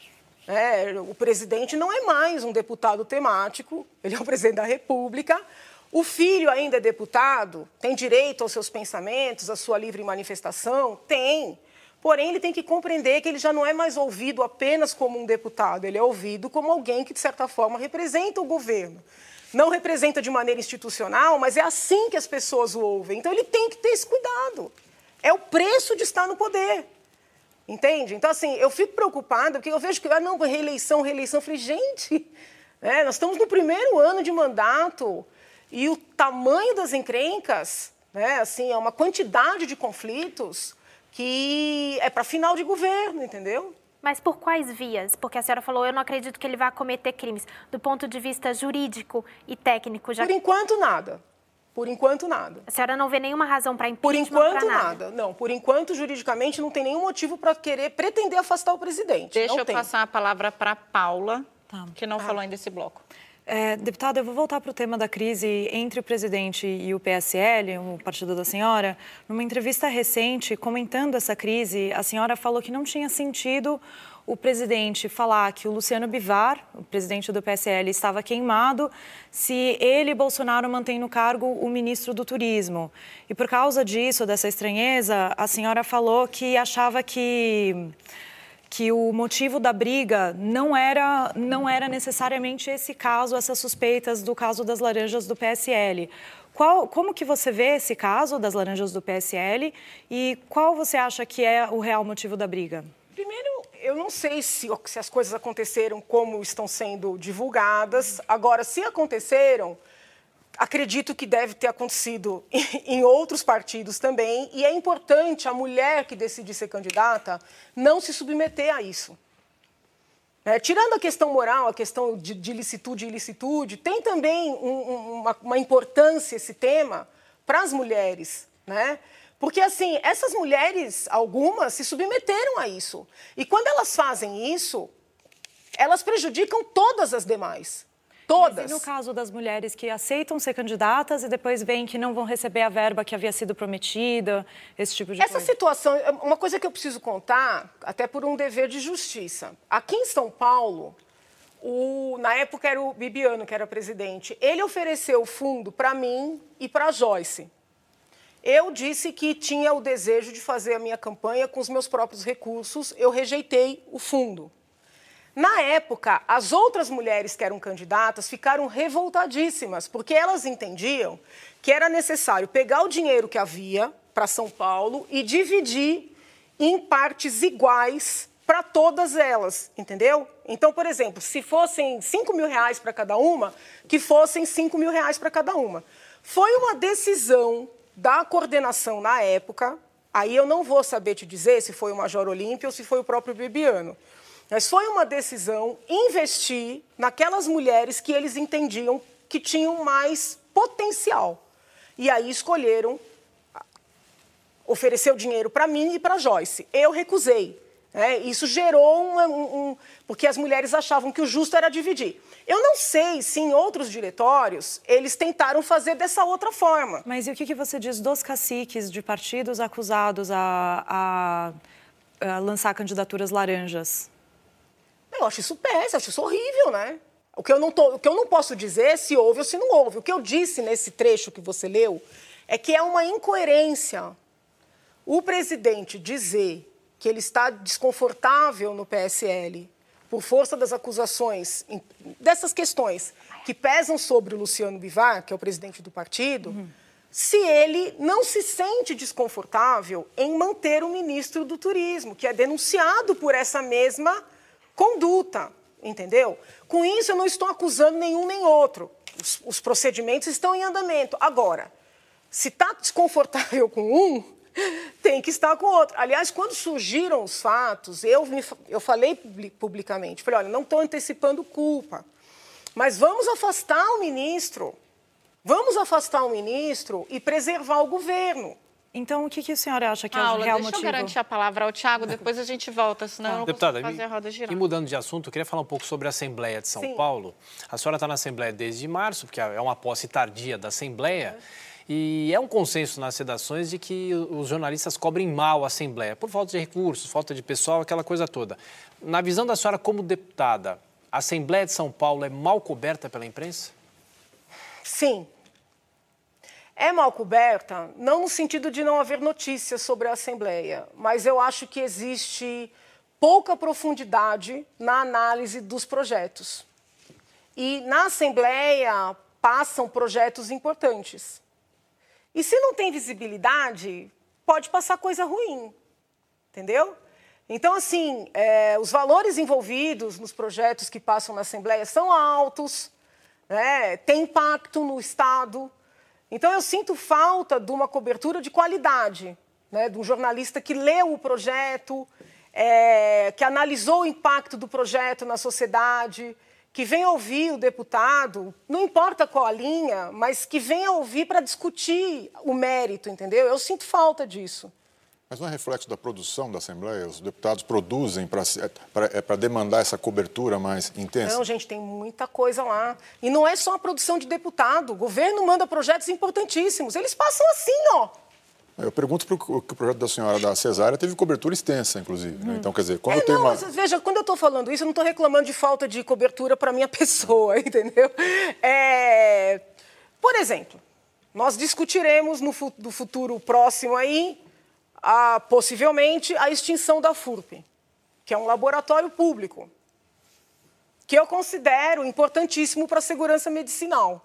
É, o presidente não é mais um deputado temático, ele é o presidente da República. O filho ainda é deputado, tem direito aos seus pensamentos, à sua livre manifestação? Tem. Porém, ele tem que compreender que ele já não é mais ouvido apenas como um deputado, ele é ouvido como alguém que, de certa forma, representa o governo. Não representa de maneira institucional, mas é assim que as pessoas o ouvem. Então, ele tem que ter esse cuidado. É o preço de estar no poder. Entende? Então, assim, eu fico preocupada, porque eu vejo que, ah, não, reeleição, reeleição. Eu falei, gente, né, nós estamos no primeiro ano de mandato. E o tamanho das encrencas, né, assim, é uma quantidade de conflitos que é para final de governo, entendeu? Mas por quais vias? Porque a senhora falou, eu não acredito que ele vá cometer crimes. Do ponto de vista jurídico e técnico, já... Por enquanto, nada. Por enquanto, nada. A senhora não vê nenhuma razão para impeachment? Por enquanto, nada. nada. Não, por enquanto, juridicamente, não tem nenhum motivo para querer pretender afastar o presidente. Deixa não eu tem. passar a palavra para a Paula, Tá. que não Ah. falou ainda desse bloco. É, deputada, eu vou voltar para o tema da crise entre o presidente e o P S L, o partido da senhora. Numa entrevista recente, comentando essa crise, a senhora falou que não tinha sentido o presidente falar que o Luciano Bivar, o presidente do P S L, estava queimado se ele, Bolsonaro, mantém no cargo o ministro do Turismo. E por causa disso, dessa estranheza, a senhora falou que achava que... que o motivo da briga não era, não era necessariamente esse caso, essas suspeitas do caso das laranjas do P S L. Qual, como que você vê esse caso das laranjas do P S L e qual você acha que é o real motivo da briga? Primeiro, eu não sei se, se as coisas aconteceram como estão sendo divulgadas. Agora, se aconteceram, acredito que deve ter acontecido em outros partidos também, e é importante a mulher que decide ser candidata não se submeter a isso. É, tirando a questão moral, a questão de, de licitude e ilicitude, tem também um, uma, uma importância esse tema para as mulheres, né? Porque, assim, essas mulheres, algumas, se submeteram a isso. E quando elas fazem isso, elas prejudicam todas as demais. Todas. Mas e no caso das mulheres que aceitam ser candidatas e depois veem que não vão receber a verba que havia sido prometida, esse tipo de Essa coisa? situação, uma coisa que eu preciso contar, até por um dever de justiça. Aqui em São Paulo, o, na época era o Bibiano, que era presidente, ele ofereceu o fundo para mim e para a Joyce. Eu disse que tinha o desejo de fazer a minha campanha com os meus próprios recursos, eu rejeitei o fundo. Na época, as outras mulheres que eram candidatas ficaram revoltadíssimas, porque elas entendiam que era necessário pegar o dinheiro que havia para São Paulo e dividir em partes iguais para todas elas, entendeu? Então, por exemplo, se fossem cinco mil reais para cada uma, que fossem cinco mil reais para cada uma. Foi uma decisão da coordenação na época, aí eu não vou saber te dizer se foi o Major Olímpio ou se foi o próprio Bibiano. Mas foi uma decisão investir naquelas mulheres que eles entendiam que tinham mais potencial. E aí escolheram oferecer o dinheiro para mim e para a Joyce. Eu recusei. Né? Isso gerou uma, um, um... Porque as mulheres achavam que o justo era dividir. Eu não sei se em outros diretórios eles tentaram fazer dessa outra forma. Mas e o que, que você diz dos caciques de partidos acusados a, a, a lançar candidaturas laranjas? Eu acho isso péssimo, eu acho isso horrível, né? O que, eu não tô, o que eu não posso dizer é se houve ou se não houve. O que eu disse nesse trecho que você leu é que é uma incoerência o presidente dizer que ele está desconfortável no P S L por força das acusações, dessas questões que pesam sobre o Luciano Bivar, que é o presidente do partido, uhum. se ele não se sente desconfortável em manter o ministro do Turismo, que é denunciado por essa mesma conduta, entendeu? Com isso, eu não estou acusando nenhum nem outro. Os, os procedimentos estão em andamento. Agora, se está desconfortável com um, tem que estar com o outro. Aliás, quando surgiram os fatos, eu, me, eu falei publicamente, falei, olha, não estou antecipando culpa, mas vamos afastar o ministro, vamos afastar o ministro e preservar o governo. Então, o que, que a senhora acha que Paula, é o real deixa motivo? eu garantir a palavra ao Thiago, depois a gente volta, senão eu não Deputada, consigo fazer a roda girar. E mudando de assunto, eu queria falar um pouco sobre a Assembleia de São Sim. Paulo. A senhora está na Assembleia desde março, porque é uma posse tardia da Assembleia, é. E é um consenso nas redações de que os jornalistas cobrem mal a Assembleia, por falta de recursos, falta de pessoal, aquela coisa toda. Na visão da senhora como deputada, a Assembleia de São Paulo é mal coberta pela imprensa? Sim. É mal coberta, não no sentido de não haver notícias sobre a Assembleia, mas eu acho que existe pouca profundidade na análise dos projetos. E na Assembleia passam projetos importantes. E se não tem visibilidade, pode passar coisa ruim, entendeu? Então, assim, é, os valores envolvidos nos projetos que passam na Assembleia são altos, né, tem impacto no Estado. Então, eu sinto falta de uma cobertura de qualidade, né, de um jornalista que leu o projeto, é, que analisou o impacto do projeto na sociedade, que venha ouvir o deputado, não importa qual a linha, mas que venha ouvir para discutir o mérito, entendeu? Eu sinto falta disso. Mas não é reflexo da produção da Assembleia? Os deputados produzem para é, demandar essa cobertura mais intensa? Não, gente, tem muita coisa lá. E não é só a produção de deputado. O governo manda projetos importantíssimos. Eles passam assim, ó. Eu pergunto porque o projeto da senhora da cesárea teve cobertura extensa, inclusive. Hum. Né? Então, quer dizer, quando é, tem não, uma... Veja, quando eu estou falando isso, eu não estou reclamando de falta de cobertura para a minha pessoa, entendeu? É... Por exemplo, nós discutiremos no futuro próximo aí, a, possivelmente, a extinção da FURP, que é um laboratório público, que eu considero importantíssimo para a segurança medicinal.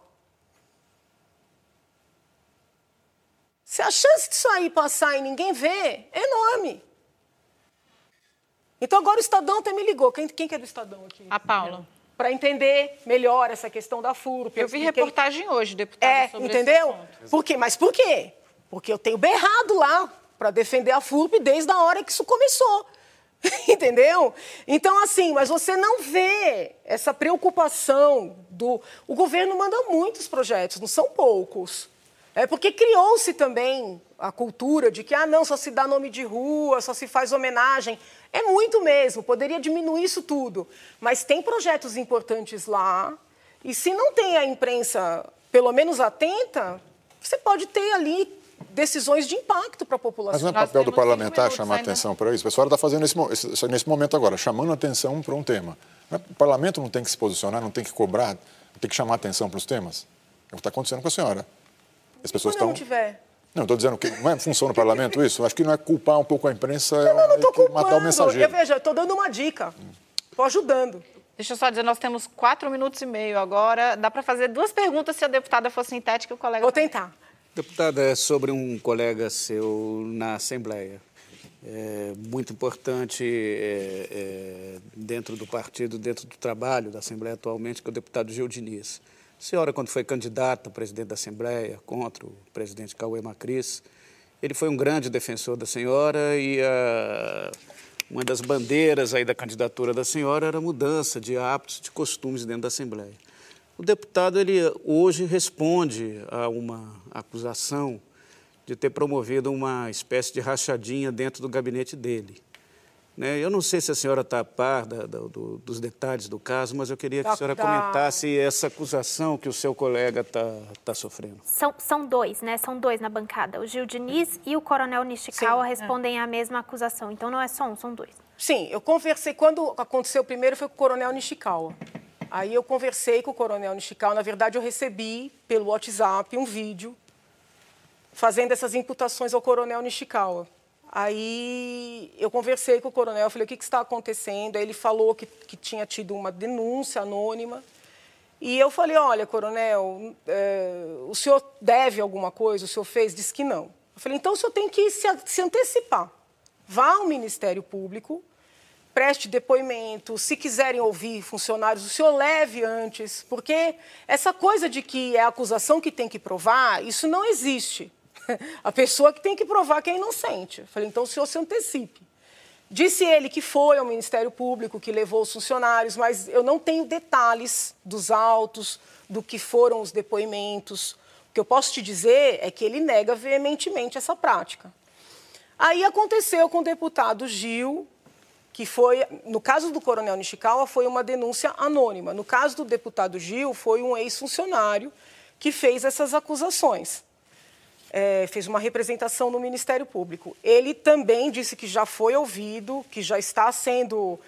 Se a chance disso aí passar e ninguém ver, é enorme. Então, agora o Estadão até me ligou. Quem, quem que é do Estadão aqui? A Paula. Para entender melhor essa questão da FURP. Eu vi reportagem hoje, deputada, é, sobre entendeu? esse assunto. Por quê? Mas por quê? Porque eu tenho berrado lá para defender a FURP desde a hora que isso começou. Entendeu? Então, assim, mas você não vê essa preocupação do... O governo manda muitos projetos, não são poucos. É porque criou-se também a cultura de que, ah, não, só se dá nome de rua, só se faz homenagem. É muito mesmo, poderia diminuir isso tudo. Mas tem projetos importantes lá, e se não tem a imprensa, pelo menos atenta, você pode ter ali decisões de impacto para a população. Mas não é papel do parlamentar chamar a atenção para isso? A senhora está fazendo esse, nesse momento agora, chamando a atenção para um tema. O parlamento não tem que se posicionar, não tem que cobrar, não tem que chamar a atenção para os temas? É o que está acontecendo com a senhora. As pessoas estão... não tiver. Não, estou dizendo que não é função do parlamento isso? Acho que não é culpar um pouco a imprensa, não, não, não estou culpando. Matar o mensageiro. Eu vejo, estou dando uma dica, estou ajudando. Deixa eu só dizer, nós temos quatro minutos e meio agora. Dá para fazer duas perguntas se a deputada for sintética e o colega... Vou tentar. Deputada, é sobre um colega seu na Assembleia. É muito importante é, é, dentro do partido, dentro do trabalho da Assembleia atualmente, que é o deputado Gil Diniz. A senhora, quando foi candidata a presidente da Assembleia contra o presidente Cauê Macris, ele foi um grande defensor da senhora e a, uma das bandeiras aí da candidatura da senhora era a mudança de hábitos, de costumes dentro da Assembleia. O deputado, ele hoje responde a uma acusação de ter promovido uma espécie de rachadinha dentro do gabinete dele. Né? Eu não sei se a senhora está a par da, da, do, dos detalhes do caso, mas eu queria que a senhora comentasse essa acusação que o seu colega está tá sofrendo. São, são dois, né? São dois na bancada. O Gil Diniz e o Coronel Nishikawa Sim, respondem é. à mesma acusação. Então, não é só um, são dois. Sim, eu conversei, quando aconteceu primeiro foi com o Coronel Nishikawa. Aí eu conversei com o Coronel Nishikawa. Na verdade, eu recebi pelo WhatsApp um vídeo fazendo essas imputações ao Coronel Nishikawa. Aí eu conversei com o coronel, falei, o que, que está acontecendo? Aí ele falou que, que tinha tido uma denúncia anônima. E eu falei, olha, coronel, é, o senhor deve alguma coisa? O senhor fez? Disse que não. Eu falei, então o senhor tem que se, se antecipar. Vá ao Ministério Público, preste depoimento, se quiserem ouvir funcionários, o senhor leve antes, porque essa coisa de que é a acusação que tem que provar, isso não existe. A pessoa que tem que provar que é inocente. Eu falei, então o senhor se antecipe. Disse ele que foi ao Ministério Público, que levou os funcionários, mas eu não tenho detalhes dos autos, do que foram os depoimentos. O que eu posso te dizer é que ele nega veementemente essa prática. Aí aconteceu com o deputado Gil, que foi, no caso do Coronel Nishikawa, foi uma denúncia anônima. No caso do deputado Gil, foi um ex-funcionário que fez essas acusações. É, fez uma representação no Ministério Público. Ele também disse que já foi ouvido, que já está sendo,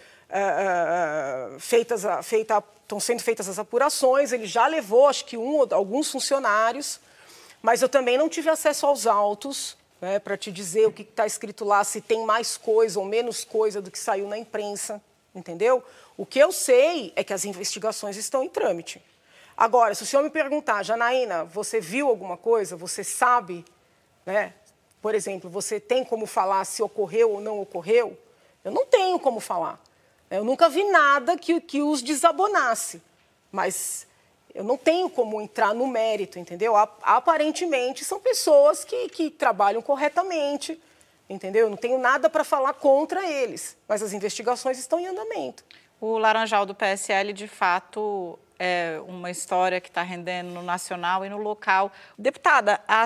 é, é, feitas, feita, estão sendo feitas as apurações, ele já levou, acho que, um, alguns funcionários, mas eu também não tive acesso aos autos, né, para te dizer o que está escrito lá, se tem mais coisa ou menos coisa do que saiu na imprensa, entendeu? O que eu sei é que as investigações estão em trâmite. Agora, se o senhor me perguntar, Janaína, você viu alguma coisa? Você sabe, né? Por exemplo, você tem como falar se ocorreu ou não ocorreu? Eu não tenho como falar. Eu nunca vi nada que, que os desabonasse, mas eu não tenho como entrar no mérito, entendeu? Aparentemente, são pessoas que, que trabalham corretamente, entendeu? Eu não tenho nada para falar contra eles, mas as investigações estão em andamento. O Laranjal do P S L, de fato, é uma história que está rendendo no nacional e no local. Deputada, a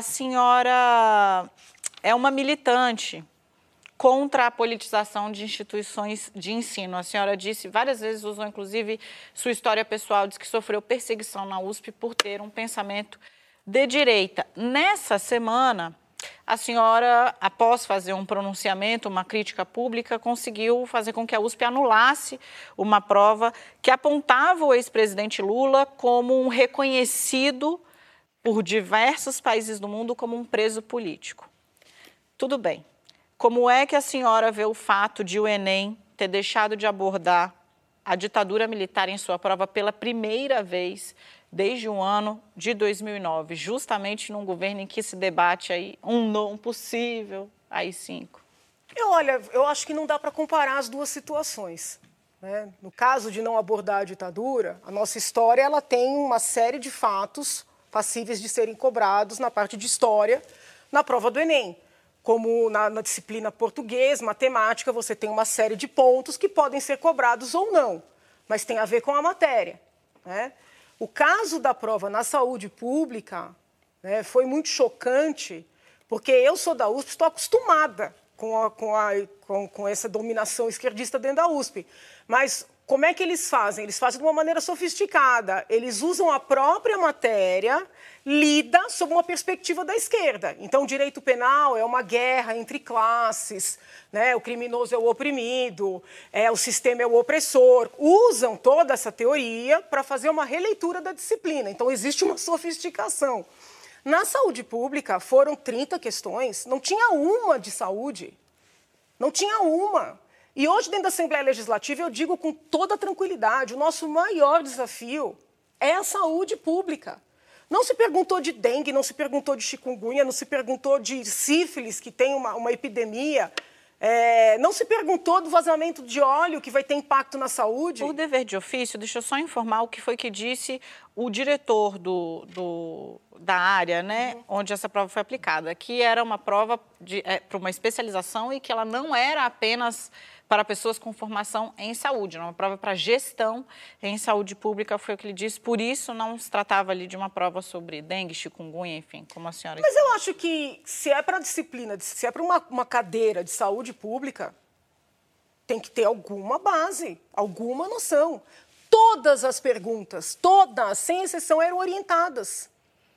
senhora é uma militante contra a politização de instituições de ensino. A senhora disse, várias vezes usou, inclusive, sua história pessoal, diz que sofreu perseguição na U S P por ter um pensamento de direita. Nessa semana, a senhora, após fazer um pronunciamento, uma crítica pública, conseguiu fazer com que a U S P anulasse uma prova que apontava o ex-presidente Lula como um reconhecido por diversos países do mundo como um preso político. Tudo bem. Como é que a senhora vê o fato de o Enem ter deixado de abordar a ditadura militar em sua prova pela primeira vez desde o ano de dois mil e nove, justamente num governo em que se debate aí um não possível A I cinco? Eu, olha, eu acho que não dá para comparar as duas situações, né? No caso de não abordar a ditadura, a nossa história ela tem uma série de fatos passíveis de serem cobrados na parte de história na prova do Enem. Como na, na disciplina português, matemática, você tem uma série de pontos que podem ser cobrados ou não, mas tem a ver com a matéria, né? O caso da prova na saúde pública, né, foi muito chocante, porque eu sou da U S P, estou acostumada com, a, com, a, com, com essa dominação esquerdista dentro da U S P. Mas como é que eles fazem? Eles fazem de uma maneira sofisticada. Eles usam a própria matéria lida sob uma perspectiva da esquerda. Então, o direito penal é uma guerra entre classes, né? O criminoso é o oprimido, é, o sistema é o opressor. Usam toda essa teoria para fazer uma releitura da disciplina. Então, existe uma sofisticação. Na saúde pública, foram trinta questões, não tinha uma de saúde. Não tinha uma. E hoje, dentro da Assembleia Legislativa, eu digo com toda tranquilidade, o nosso maior desafio é a saúde pública. Não se perguntou de dengue, não se perguntou de chikungunya, não se perguntou de sífilis, que tem uma, uma epidemia, é, não se perguntou do vazamento de óleo, que vai ter impacto na saúde. Por dever de ofício, deixa eu só informar o que foi que disse o diretor do, do, da área, né, uhum. onde essa prova foi aplicada, que era uma prova é, para uma especialização e que ela não era apenas para pessoas com formação em saúde, uma prova para gestão em saúde pública, foi o que ele disse. Por isso, não se tratava ali de uma prova sobre dengue, chikungunya, enfim, como a senhora... Mas eu acho que se é para disciplina, se é para uma, uma cadeira de saúde pública, tem que ter alguma base, alguma noção. Todas as perguntas, todas, sem exceção, eram orientadas.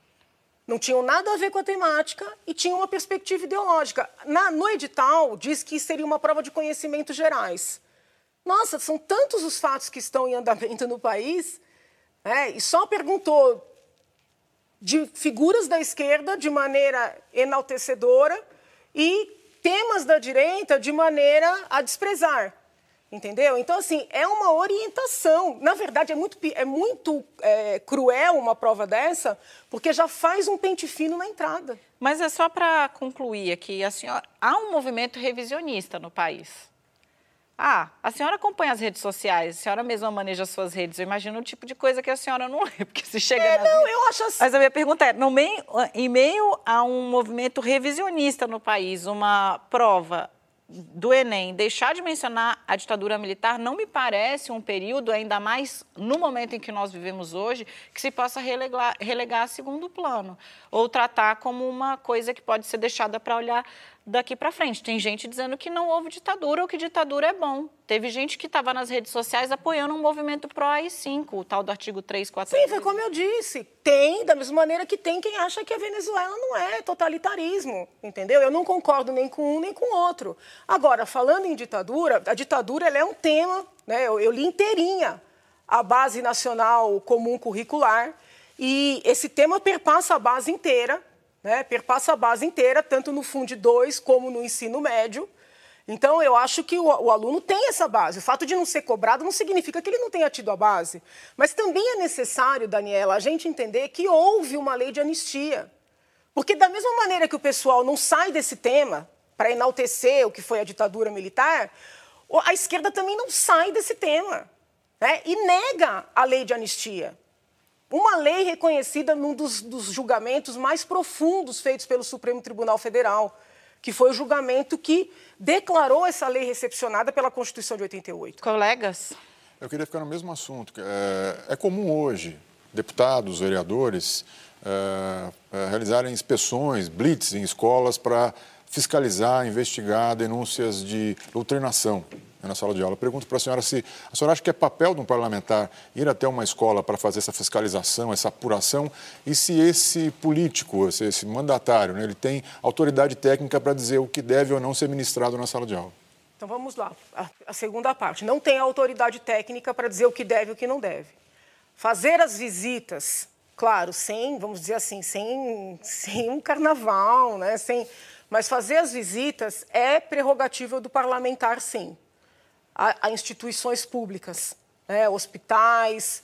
Não tinham nada a ver com a temática e tinham uma perspectiva ideológica. Na, no edital, diz que seria uma prova de conhecimentos gerais. Nossa, são tantos os fatos que estão em andamento no país, né, e só perguntou de figuras da esquerda de maneira enaltecedora e temas da direita de maneira a desprezar. Entendeu? Então, assim, é uma orientação. Na verdade, é muito, é muito é, cruel uma prova dessa, porque já faz um pente fino na entrada. Mas é só para concluir aqui, a senhora, há um movimento revisionista no país. Ah, a senhora acompanha as redes sociais, a senhora mesma maneja as suas redes, eu imagino o tipo de coisa que a senhora não lê, porque se chega é, nas não, redes... eu acho assim... Mas a minha pergunta é, no meio, em meio a um movimento revisionista no país, uma prova do Enem, deixar de mencionar a ditadura militar não me parece um período, ainda mais no momento em que nós vivemos hoje, que se possa relegar, relegar a segundo plano, ou tratar como uma coisa que pode ser deixada para olhar daqui para frente. Tem gente dizendo que não houve ditadura ou que ditadura é bom. Teve gente que estava nas redes sociais apoiando um movimento pró-A I cinco, o tal do artigo três, quatro... Sim, foi como eu disse. Tem, da mesma maneira que tem quem acha que a Venezuela não é totalitarismo, entendeu? Eu não concordo nem com um nem com o outro. Agora, falando em ditadura, a ditadura ela é um tema, né? Eu, eu li inteirinha a Base Nacional Comum Curricular, e esse tema perpassa a base inteira, né? Perpassa a base inteira, tanto no Fund dois como no ensino médio. Então, eu acho que o, o aluno tem essa base. O fato de não ser cobrado não significa que ele não tenha tido a base. Mas também é necessário, Daniela, a gente entender que houve uma lei de anistia. Porque da mesma maneira que o pessoal não sai desse tema para enaltecer o que foi a ditadura militar, a esquerda também não sai desse tema, né? E nega a lei de anistia. Uma lei reconhecida num dos, dos julgamentos mais profundos feitos pelo Supremo Tribunal Federal, que foi o julgamento que declarou essa lei recepcionada pela Constituição de oitenta e oito. Colegas? Eu queria ficar no mesmo assunto. É, é comum hoje deputados, vereadores, é, é, realizarem inspeções, blitz em escolas para fiscalizar, investigar denúncias de doutrinação na sala de aula. Eu pergunto para a senhora se a senhora acha que é papel de um parlamentar ir até uma escola para fazer essa fiscalização, essa apuração, e se esse político, esse, esse mandatário, né, ele tem autoridade técnica para dizer o que deve ou não ser ministrado na sala de aula. Então vamos lá, a, a segunda parte. Não tem autoridade técnica para dizer o que deve e o que não deve. Fazer as visitas, claro, sem, vamos dizer assim, sem, sem um carnaval, né, sem, mas fazer as visitas é prerrogativa do parlamentar, sim. A, a instituições públicas, né, hospitais,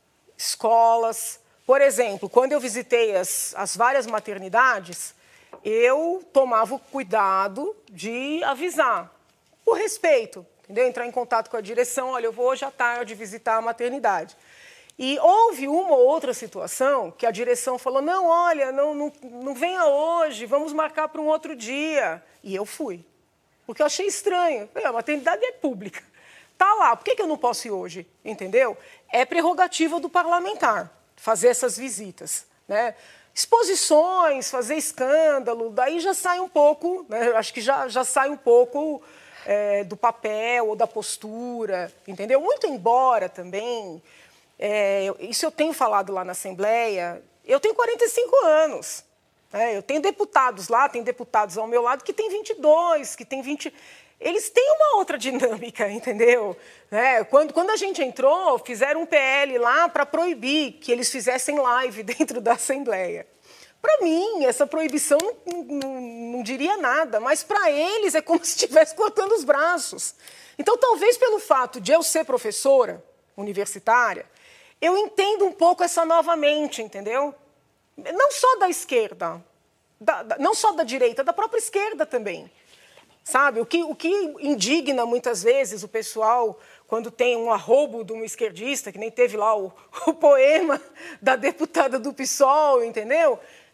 escolas. Por exemplo, quando eu visitei as, as várias maternidades, eu tomava o cuidado de avisar, por respeito, entendeu? Entrar em contato com a direção, olha, eu vou hoje à tarde visitar a maternidade. E houve uma ou outra situação que a direção falou, não, olha, não, não, não venha hoje, vamos marcar para um outro dia. E eu fui. Porque eu achei estranho. A maternidade é pública. Está lá, por que, que eu não posso ir hoje? Entendeu? É prerrogativa do parlamentar fazer essas visitas, né? Exposições, fazer escândalo, daí já sai um pouco, né? Acho que já, já sai um pouco é, do papel ou da postura, entendeu? Muito embora também, é, isso eu tenho falado lá na Assembleia, eu tenho quarenta e cinco anos. É, eu tenho deputados lá, tem deputados ao meu lado que tem vinte e dois, que tem vinte... Eles têm uma outra dinâmica, entendeu? É, quando, quando a gente entrou, fizeram um P L lá para proibir que eles fizessem live dentro da Assembleia. Para mim, essa proibição não, não, não diria nada, mas para eles é como se estivesse cortando os braços. Então, talvez pelo fato de eu ser professora universitária, eu entendo um pouco essa nova mente, entendeu? Não só da esquerda, da, da, não só da direita, da própria esquerda também. Sabe? O que, o que indigna muitas vezes o pessoal quando tem um arrobo de um esquerdista, que nem teve lá o, o poema da deputada do PSOL, entendeu?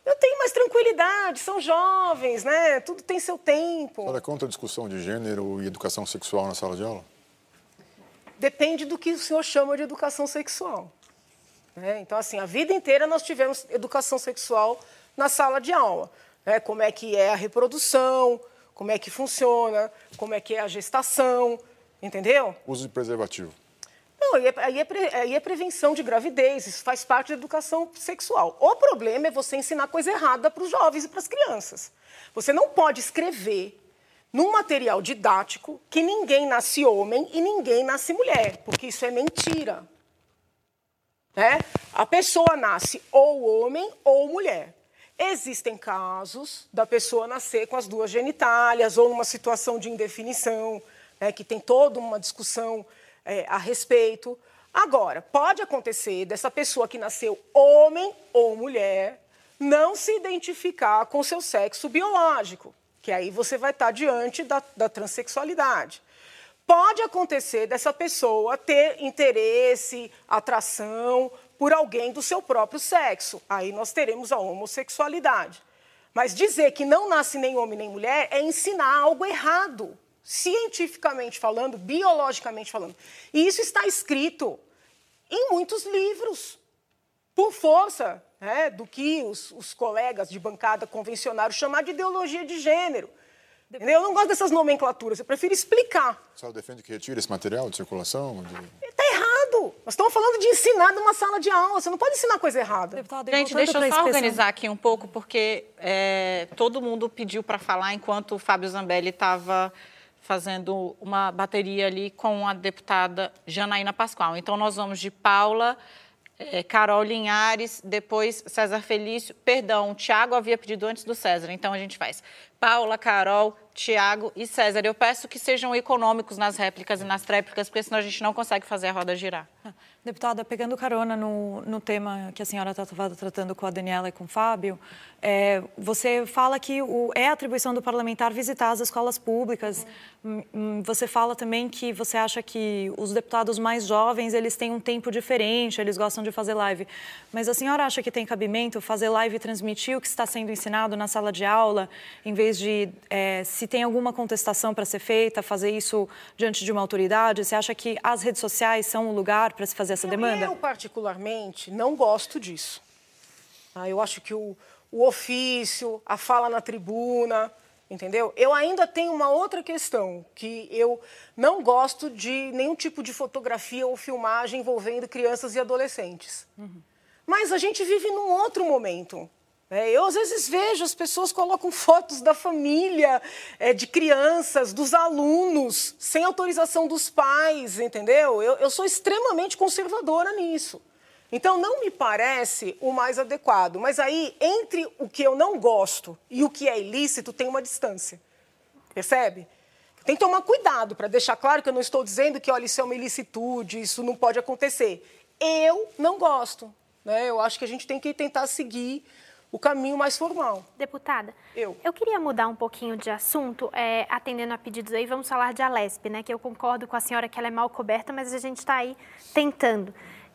Eu tenho mais tranquilidade, são jovens, né? Tudo tem seu tempo. Você é contra a discussão de gênero e educação sexual na sala de aula? Depende do que o senhor chama de educação sexual. Né? Então, assim, a vida inteira nós tivemos educação sexual na sala de aula. Né? Como é que é a reprodução, como é que funciona, como é que é a gestação, entendeu? Uso de preservativo. Não, aí é, aí, é pre, aí é prevenção de gravidez, isso faz parte da educação sexual. O problema é você ensinar coisa errada para os jovens e para as crianças. Você não pode escrever num material didático que ninguém nasce homem e ninguém nasce mulher, porque isso é mentira. Né? A pessoa nasce ou homem ou mulher. Existem casos da pessoa nascer com as duas genitálias ou numa situação de indefinição, né, que tem toda uma discussão é, a respeito. Agora, pode acontecer dessa pessoa que nasceu homem ou mulher não se identificar com seu sexo biológico, que aí você vai estar diante da, da transexualidade. Pode acontecer dessa pessoa ter interesse, atração por alguém do seu próprio sexo. Aí nós teremos a homossexualidade. Mas dizer que não nasce nem homem nem mulher é ensinar algo errado, cientificamente falando, biologicamente falando. E isso está escrito em muitos livros, por força, né, do que os, os colegas de bancada convencionaram chamar de ideologia de gênero. Eu não gosto dessas nomenclaturas, eu prefiro explicar. A senhora defende que retire esse material de circulação? De... Está errado. Nós estamos falando de ensinar numa sala de aula, você não pode ensinar coisa errada. Deputada, gente, deixa eu só organizar aqui um pouco, porque é, todo mundo pediu para falar enquanto o Fábio Zambelli estava fazendo uma bateria ali com a deputada Janaína Pascoal. Então, nós vamos de Paula, é, Carol Linhares, depois César Felício. Perdão, o Tiago havia pedido antes do César, então a gente faz Paula, Carol, Tiago e César. Eu peço que sejam econômicos nas réplicas e nas tréplicas, porque senão a gente não consegue fazer a roda girar. Deputada, pegando carona no, no tema que a senhora estava tratando com a Daniela e com o Fábio, é, você fala que o, é atribuição do parlamentar visitar as escolas públicas. Uhum. Você fala também que você acha que os deputados mais jovens, eles têm um tempo diferente, eles gostam de fazer live. Mas a senhora acha que tem cabimento fazer live e transmitir o que está sendo ensinado na sala de aula, em vez de, é, se tem alguma contestação para ser feita, fazer isso diante de uma autoridade? Você acha que as redes sociais são o lugar para se fazer essa demanda? Eu, particularmente, não gosto disso. Eu acho que o, o ofício, a fala na tribuna, entendeu? Eu ainda tenho uma outra questão, que eu não gosto de nenhum tipo de fotografia ou filmagem envolvendo crianças e adolescentes. Uhum. Mas a gente vive num outro momento. Eu, às vezes, vejo as pessoas colocam fotos da família, de crianças, dos alunos, sem autorização dos pais, entendeu? Eu, eu sou extremamente conservadora nisso. Então, não me parece o mais adequado. Mas aí, entre o que eu não gosto e o que é ilícito, tem uma distância. Percebe? Tem que tomar cuidado para deixar claro que eu não estou dizendo que, olha, isso é uma ilicitude, isso não pode acontecer. Eu não gosto. Né? Eu acho que a gente tem que tentar seguir o caminho mais formal. Deputada, eu, eu queria mudar um pouquinho de assunto, é, atendendo a pedidos aí, vamos falar de Alesp, né? Que eu concordo com a senhora que ela é mal coberta, mas a gente está aí tentando.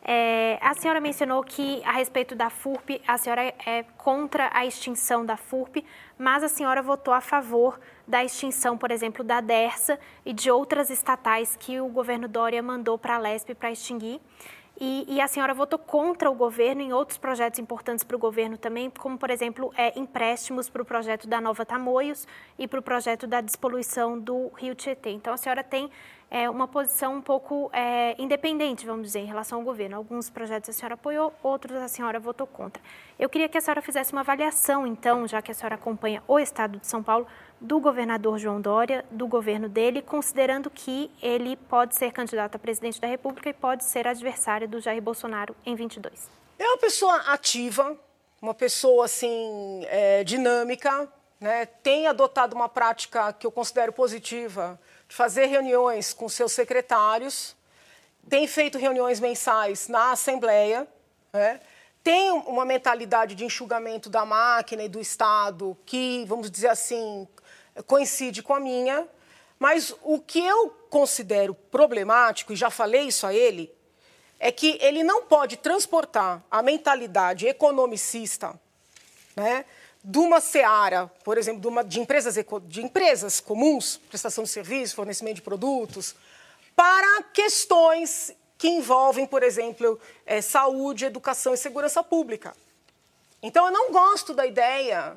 É, a senhora mencionou que, a respeito da F U R P, a senhora é contra a extinção da F U R P, mas a senhora votou a favor da extinção, por exemplo, da Dersa e de outras estatais que o governo Dória mandou para a Alesp para extinguir. E, e a senhora votou contra o governo em outros projetos importantes para o governo também, como, por exemplo, é, empréstimos para o projeto da Nova Tamoios e para o projeto da despoluição do Rio Tietê. Então, a senhora tem é, uma posição um pouco é, independente, vamos dizer, em relação ao governo. Alguns projetos a senhora apoiou, outros a senhora votou contra. Eu queria que a senhora fizesse uma avaliação, então, já que a senhora acompanha o Estado de São Paulo, do governador João Dória, do governo dele, considerando que ele pode ser candidato a presidente da República e pode ser adversário do Jair Bolsonaro em vinte e dois. É uma pessoa ativa, uma pessoa, assim, é, dinâmica, né? Tem adotado uma prática que eu considero positiva, de fazer reuniões com seus secretários, tem feito reuniões mensais na Assembleia, né? Tem uma mentalidade de enxugamento da máquina e do Estado que, vamos dizer assim, coincide com a minha, mas o que eu considero problemático, e já falei isso a ele, é que ele não pode transportar a mentalidade economicista né, de uma seara, por exemplo, de, uma, de, empresas, de empresas comuns, prestação de serviços, fornecimento de produtos, para questões que envolvem, por exemplo, é, saúde, educação e segurança pública. Então, eu não gosto da ideia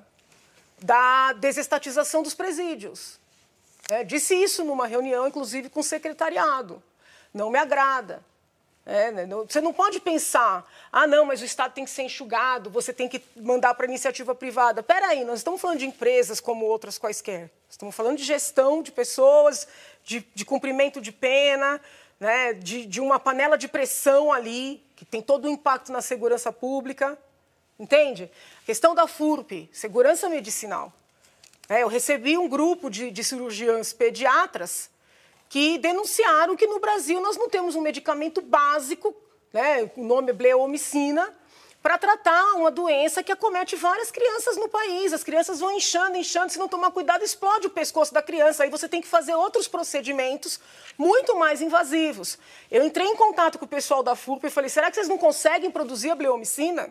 da desestatização dos presídios. É, disse isso numa reunião, inclusive, com o secretariado. Não me agrada. É, né? Você não pode pensar, ah, não, mas o Estado tem que ser enxugado, você tem que mandar para a iniciativa privada. Espera aí, nós estamos falando de empresas como outras quaisquer. Estamos falando de gestão de pessoas, de, de cumprimento de pena, né? de, de uma panela de pressão ali, que tem todo o impacto na segurança pública. Entende? A questão da FURP, segurança medicinal. É, eu recebi um grupo de, de cirurgiãs pediatras que denunciaram que no Brasil nós não temos um medicamento básico, né, o nome é bleomicina, para tratar uma doença que acomete várias crianças no país. As crianças vão inchando, inchando, se não tomar cuidado, explode o pescoço da criança. Aí você tem que fazer outros procedimentos muito mais invasivos. Eu entrei em contato com o pessoal da FURP e falei, será que vocês não conseguem produzir a bleomicina?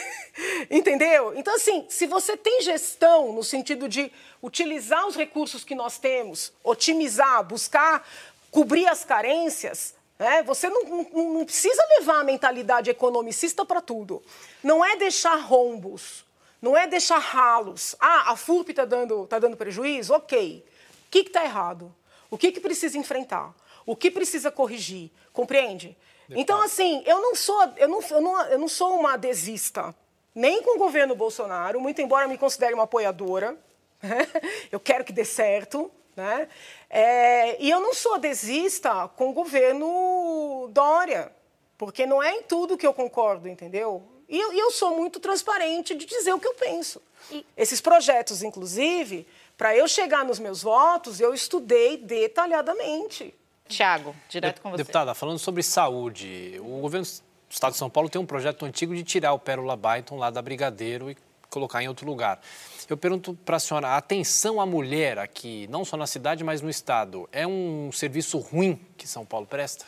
Entendeu? Então, assim, se você tem gestão no sentido de utilizar os recursos que nós temos, otimizar, buscar cobrir as carências, né, você não, não, não precisa levar a mentalidade economicista para tudo. Não é deixar rombos, não é deixar ralos. Ah, a FURP está dando, tá dando prejuízo? Ok. O que está errado? O que, que precisa enfrentar? O que precisa corrigir? Compreende? Então, assim, eu não sou, eu não, eu não, eu não sou uma adesista, nem com o governo Bolsonaro, muito embora eu me considere uma apoiadora, né? Eu quero que dê certo, né? É, e eu não sou adesista com o governo Dória, porque não é em tudo que eu concordo, entendeu? E eu, eu sou muito transparente de dizer o que eu penso. E... Esses projetos, inclusive, para eu chegar nos meus votos, eu estudei detalhadamente. Tiago, direto com você. Deputada, falando sobre saúde, o governo do Estado de São Paulo tem um projeto antigo de tirar o Pérola Byton lá da Brigadeiro e colocar em outro lugar. Eu pergunto para a senhora, a atenção à mulher aqui, não só na cidade, mas no Estado, é um serviço ruim que São Paulo presta?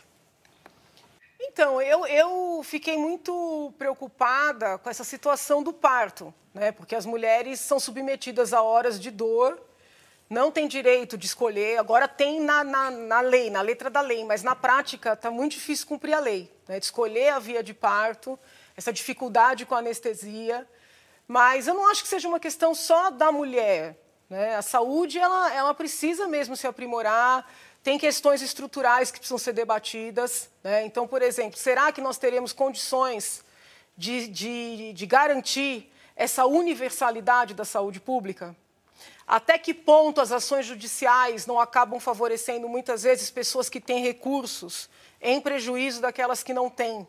Então, eu, eu fiquei muito preocupada com essa situação do parto, né? Porque as mulheres são submetidas a horas de dor, não tem direito de escolher, agora tem na, na, na lei, na letra da lei, mas na prática está muito difícil cumprir a lei, né, de escolher a via de parto, essa dificuldade com a anestesia. Mas eu não acho que seja uma questão só da mulher, né? A saúde ela, ela precisa mesmo se aprimorar, tem questões estruturais que precisam ser debatidas, né? Então, por exemplo, será que nós teremos condições de, de, de garantir essa universalidade da saúde pública? Até que ponto as ações judiciais não acabam favorecendo, muitas vezes, pessoas que têm recursos em prejuízo daquelas que não têm?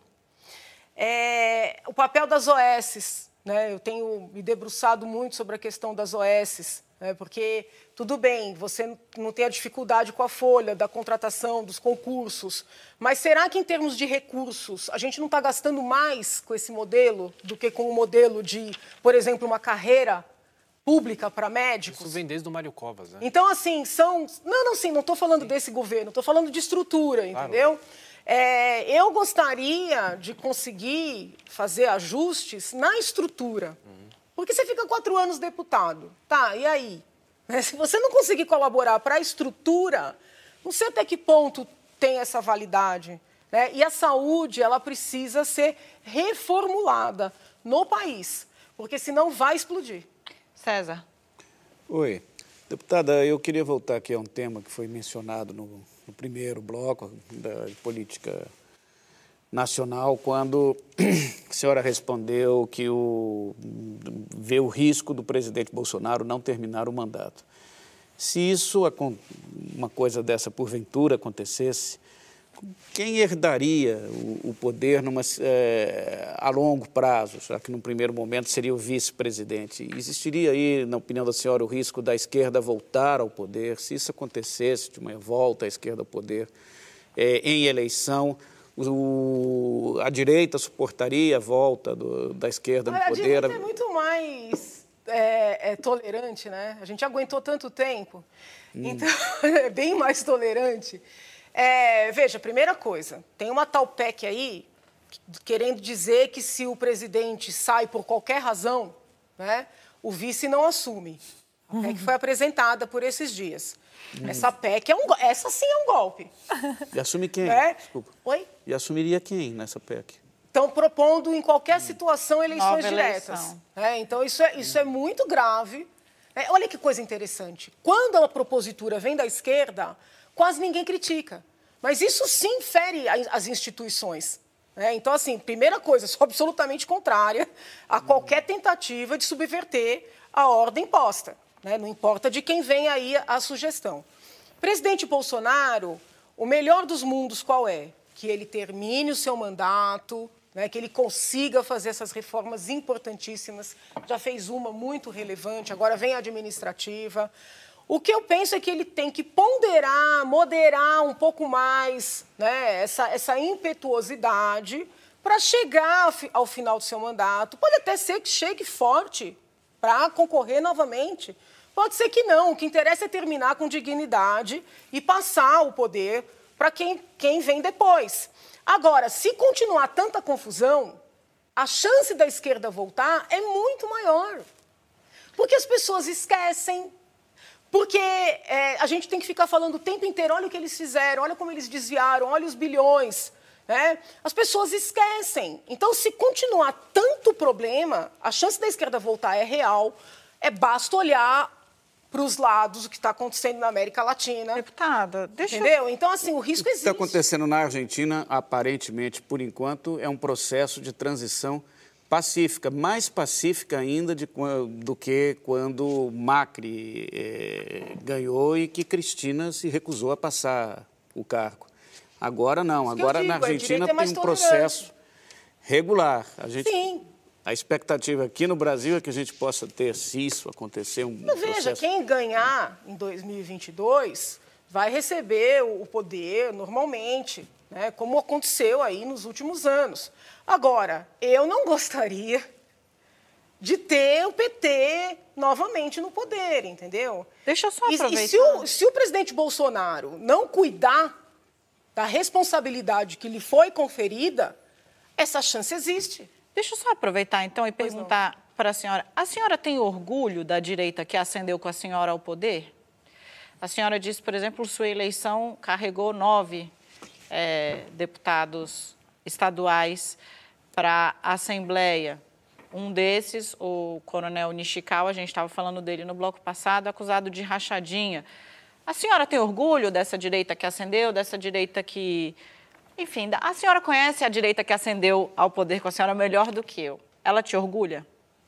É, o papel das O S, né? Eu tenho me debruçado muito sobre a questão das O S, né? Porque, tudo bem, você não tem a dificuldade com a folha da contratação, dos concursos, mas será que, em termos de recursos, a gente não está gastando mais com esse modelo do que com o modelo de, por exemplo, uma carreira pública para médicos? Isso vem desde o Mário Covas, né? Então, assim, são... Não, não, sim, não estou falando sim. desse governo, estou falando de estrutura, claro. Entendeu? É, eu gostaria de conseguir fazer ajustes na estrutura. Uhum. Porque você fica quatro anos deputado, tá, e aí? Se você não conseguir colaborar para a estrutura, não sei até que ponto tem essa validade, né? E a saúde, ela precisa ser reformulada no país, porque senão vai explodir. César. Oi. Deputada, eu queria voltar aqui a um tema que foi mencionado no, no primeiro bloco da política nacional, quando a senhora respondeu que o, vê o risco do presidente Bolsonaro não terminar o mandato. Se isso, uma coisa dessa porventura acontecesse, quem herdaria o, o poder numa, é, a longo prazo, já que no primeiro momento seria o vice-presidente? Existiria aí, na opinião da senhora, o risco da esquerda voltar ao poder? Se isso acontecesse, de uma volta à esquerda ao poder é, em eleição, o, a direita suportaria a volta do, da esquerda no a poder? A direita é muito mais é, é, tolerante, né? A gente aguentou tanto tempo, hum. Então é bem mais tolerante. É, veja, primeira coisa, tem uma tal P E C aí querendo dizer que se o presidente sai por qualquer razão, né, o vice não assume. A P E C foi apresentada por esses dias. Hum. Essa P E C, é um, essa sim é um golpe. E assume quem? É? Desculpa. Oi? E assumiria quem nessa P E C? Estão propondo, em qualquer situação, eleições Nova diretas. eleição. É, então, isso é, isso é muito grave. É, olha que coisa interessante. Quando a propositura vem da esquerda, quase ninguém critica. Mas isso sim fere as instituições. É, então, assim, primeira coisa, sou absolutamente contrária a qualquer tentativa de subverter a ordem posta. Né? Não importa de quem vem aí a sugestão. Presidente Bolsonaro, o melhor dos mundos qual é? Que ele termine o seu mandato, né, que ele consiga fazer essas reformas importantíssimas. Já fez uma muito relevante, agora vem a administrativa. O que eu penso é que ele tem que ponderar, moderar um pouco mais, né, essa, essa impetuosidade para chegar ao final do seu mandato. Pode até ser que chegue forte para concorrer novamente. Pode ser que não. O que interessa é terminar com dignidade e passar o poder para quem, quem vem depois. Agora, se continuar tanta confusão, a chance da esquerda voltar é muito maior. Porque as pessoas esquecem, porque é, a gente tem que ficar falando o tempo inteiro, olha o que eles fizeram, olha como eles desviaram, olha os bilhões. Né? As pessoas esquecem. Então, se continuar tanto problema, a chance da esquerda voltar é real, é basta olhar para os lados, o que está acontecendo na América Latina. Deputada, deixa Entendeu? Então, assim, o risco existe. O que está acontecendo na Argentina, aparentemente, por enquanto, é um processo de transição pacífica, mais pacífica ainda de, do que quando Macri eh, ganhou e que Cristina se recusou a passar o cargo. Agora não, agora digo, na Argentina tem um processo regular. A gente... Sim. A expectativa aqui no Brasil é que a gente possa ter, se isso acontecer, um Mas veja, processo... quem ganhar em dois mil e vinte e dois vai receber o poder normalmente, né, como aconteceu aí nos últimos anos. Agora, eu não gostaria de ter o P T novamente no poder, entendeu? Deixa eu só aproveitar. E, e se, o, se o presidente Bolsonaro não cuidar da responsabilidade que lhe foi conferida, essa chance existe. Deixa eu só aproveitar, então, e perguntar para a senhora. A senhora tem orgulho da direita que ascendeu com a senhora ao poder? A senhora disse, por exemplo, sua eleição carregou nove é, deputados estaduais para a Assembleia. Um desses, o coronel Nishikawa, a gente estava falando dele no bloco passado, acusado de rachadinha. A senhora tem orgulho dessa direita que ascendeu, dessa direita que... Enfim, a senhora conhece a direita que ascendeu ao poder com a senhora melhor do que eu. Ela te orgulha?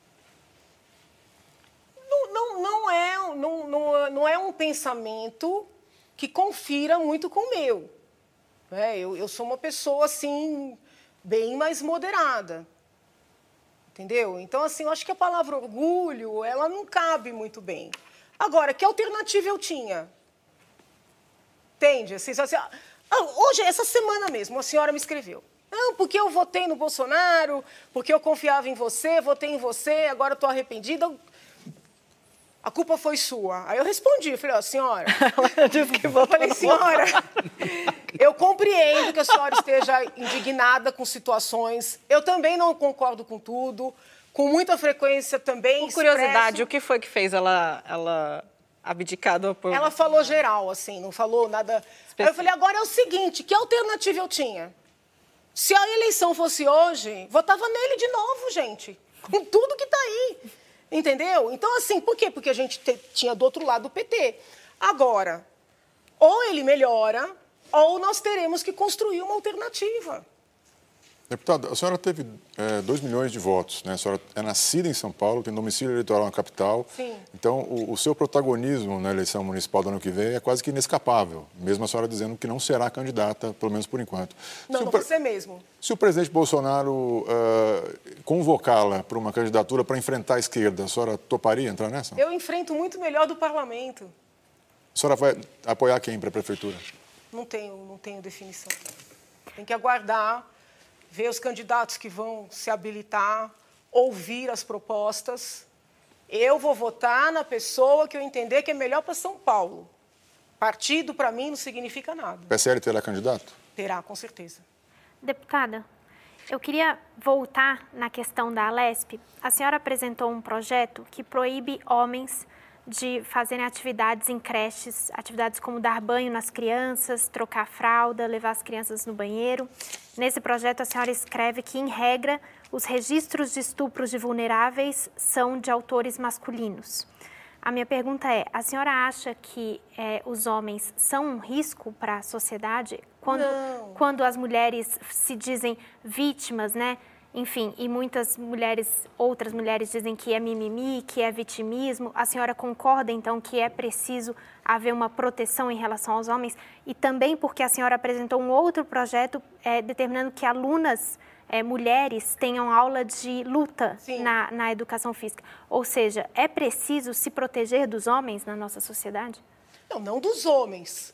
Não, não, não, é, não, não, não é um pensamento que confira muito com o meu. É, eu, eu sou uma pessoa, assim, bem mais moderada. Entendeu? Então, assim, eu acho que a palavra orgulho, ela não cabe muito bem. Agora, que alternativa eu tinha? Entende? Assim, assim, hoje, essa semana mesmo, a senhora me escreveu. Não, porque eu votei no Bolsonaro, porque eu confiava em você, votei em você, agora estou arrependida. A culpa foi sua. Aí eu respondi, falei, ó, senhora... Ela disse que votou. Falei, senhora, eu compreendo que a senhora esteja indignada com situações. Eu também não concordo com tudo. Com muita frequência também... Por curiosidade, expresso... o que foi que fez ela... ela... abdicado ao povo? Ela falou geral, assim, não falou nada... Aí eu falei, agora é o seguinte, que alternativa eu tinha? Se a eleição fosse hoje, votava nele de novo, gente. Com tudo que tá aí. Entendeu? Então, assim, por quê? Porque a gente te, tinha do outro lado o P T. Agora, ou ele melhora, ou nós teremos que construir uma alternativa. Deputada, a senhora teve é, dois milhões de votos, né? A senhora é nascida em São Paulo, tem domicílio eleitoral na capital. Sim. Então, o, o seu protagonismo na eleição municipal do ano que vem é quase que inescapável, mesmo a senhora dizendo que não será candidata, pelo menos por enquanto. Não, se não o, você mesmo. Se o presidente Bolsonaro uh, convocá-la para uma candidatura para enfrentar a esquerda, a senhora toparia entrar nessa? Eu enfrento muito melhor do parlamento. A senhora vai apoiar quem para a prefeitura? Não tenho, não tenho definição. Tem que aguardar, ver os candidatos que vão se habilitar, ouvir as propostas. Eu vou votar na pessoa que eu entender que é melhor para São Paulo. Partido, para mim, não significa nada. O P S L terá candidato? Terá, com certeza. Deputada, Eu queria voltar na questão da Alesp. A senhora apresentou um projeto que proíbe homens de fazerem atividades em creches, atividades como dar banho nas crianças, trocar fralda, levar as crianças no banheiro. Nesse projeto, a senhora escreve que, em regra, os registros de estupros de vulneráveis são de autores masculinos. A minha pergunta é, a senhora acha que é, os homens são um risco para a sociedade? Quando, quando as mulheres se dizem vítimas, né? Enfim, e muitas mulheres, outras mulheres dizem que é mimimi, que é vitimismo. A senhora concorda, então, que é preciso haver uma proteção em relação aos homens? E também porque a senhora apresentou um outro projeto é, determinando que alunas é, mulheres tenham aula de luta na, na educação física. Ou seja, é preciso se proteger dos homens na nossa sociedade? Não, não dos homens,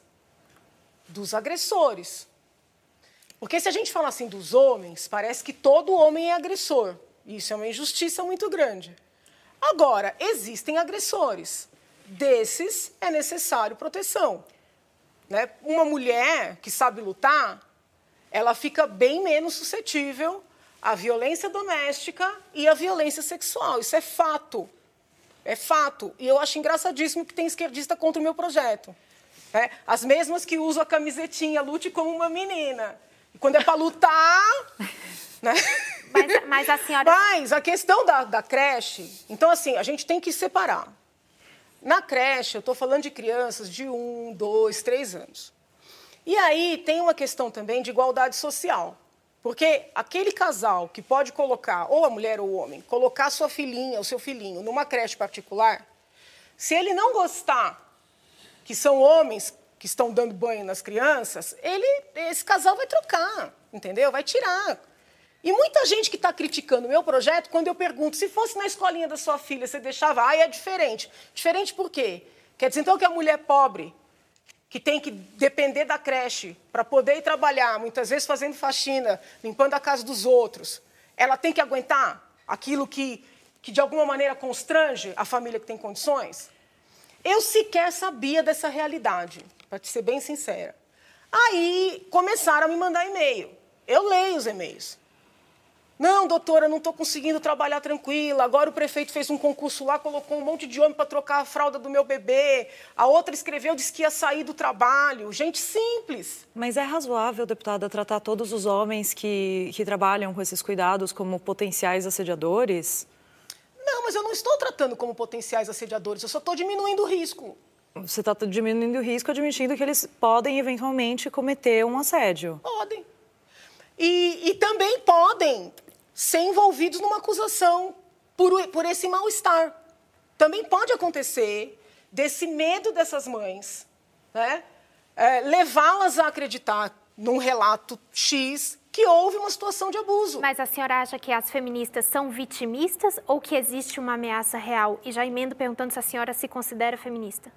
dos agressores. Porque se a gente fala assim dos homens, parece que todo homem é agressor. Isso é uma injustiça muito grande. Agora, existem agressores. Desses é necessário proteção. Né? Uma mulher que sabe lutar, ela fica bem menos suscetível à violência doméstica e à violência sexual. Isso é fato. É fato. E eu acho engraçadíssimo que tem esquerdista contra o meu projeto. É, as mesmas que usam a camisetinha, lute como uma menina. E quando é para lutar... né? Mas, mas a senhora... Mas a questão da, da creche... Então, assim, a gente tem que separar. Na creche, eu estou falando de crianças de um, dois, três anos. E aí tem uma questão também de igualdade social. Porque aquele casal que pode colocar, ou a mulher ou o homem, colocar sua filhinha ou seu filhinho numa creche particular, se ele não gostar que são homens que estão dando banho nas crianças, ele, esse casal vai trocar, entendeu? Vai tirar. E muita gente que está criticando o meu projeto, quando eu pergunto, se fosse na escolinha da sua filha, você deixava? Ah, é diferente. Diferente por quê? Quer dizer, então, que a mulher pobre, que tem que depender da creche para poder ir trabalhar, muitas vezes fazendo faxina, limpando a casa dos outros, ela tem que aguentar aquilo que, que de alguma maneira, constrange a família que tem condições? Eu sequer sabia dessa realidade, para te ser bem sincera. Aí começaram a me mandar e-mail. Eu leio os e-mails. Não, doutora, não estou conseguindo trabalhar tranquila. Agora o prefeito fez um concurso lá, colocou um monte de homem para trocar a fralda do meu bebê. A outra escreveu, disse que ia sair do trabalho. Gente simples. Mas é razoável, deputada, tratar todos os homens que, que trabalham com esses cuidados como potenciais assediadores? Não, mas eu não estou tratando como potenciais assediadores. Eu só estou diminuindo o risco. Você está diminuindo o risco, admitindo que eles podem, eventualmente, cometer um assédio. Podem. E, e também podem ser envolvidos numa acusação por, por esse mal-estar. Também pode acontecer desse medo dessas mães, né, é, levá-las a acreditar num relato X que houve uma situação de abuso. Mas a senhora acha que as feministas são vitimistas ou que existe uma ameaça real? E já emendo perguntando se a senhora se considera feminista.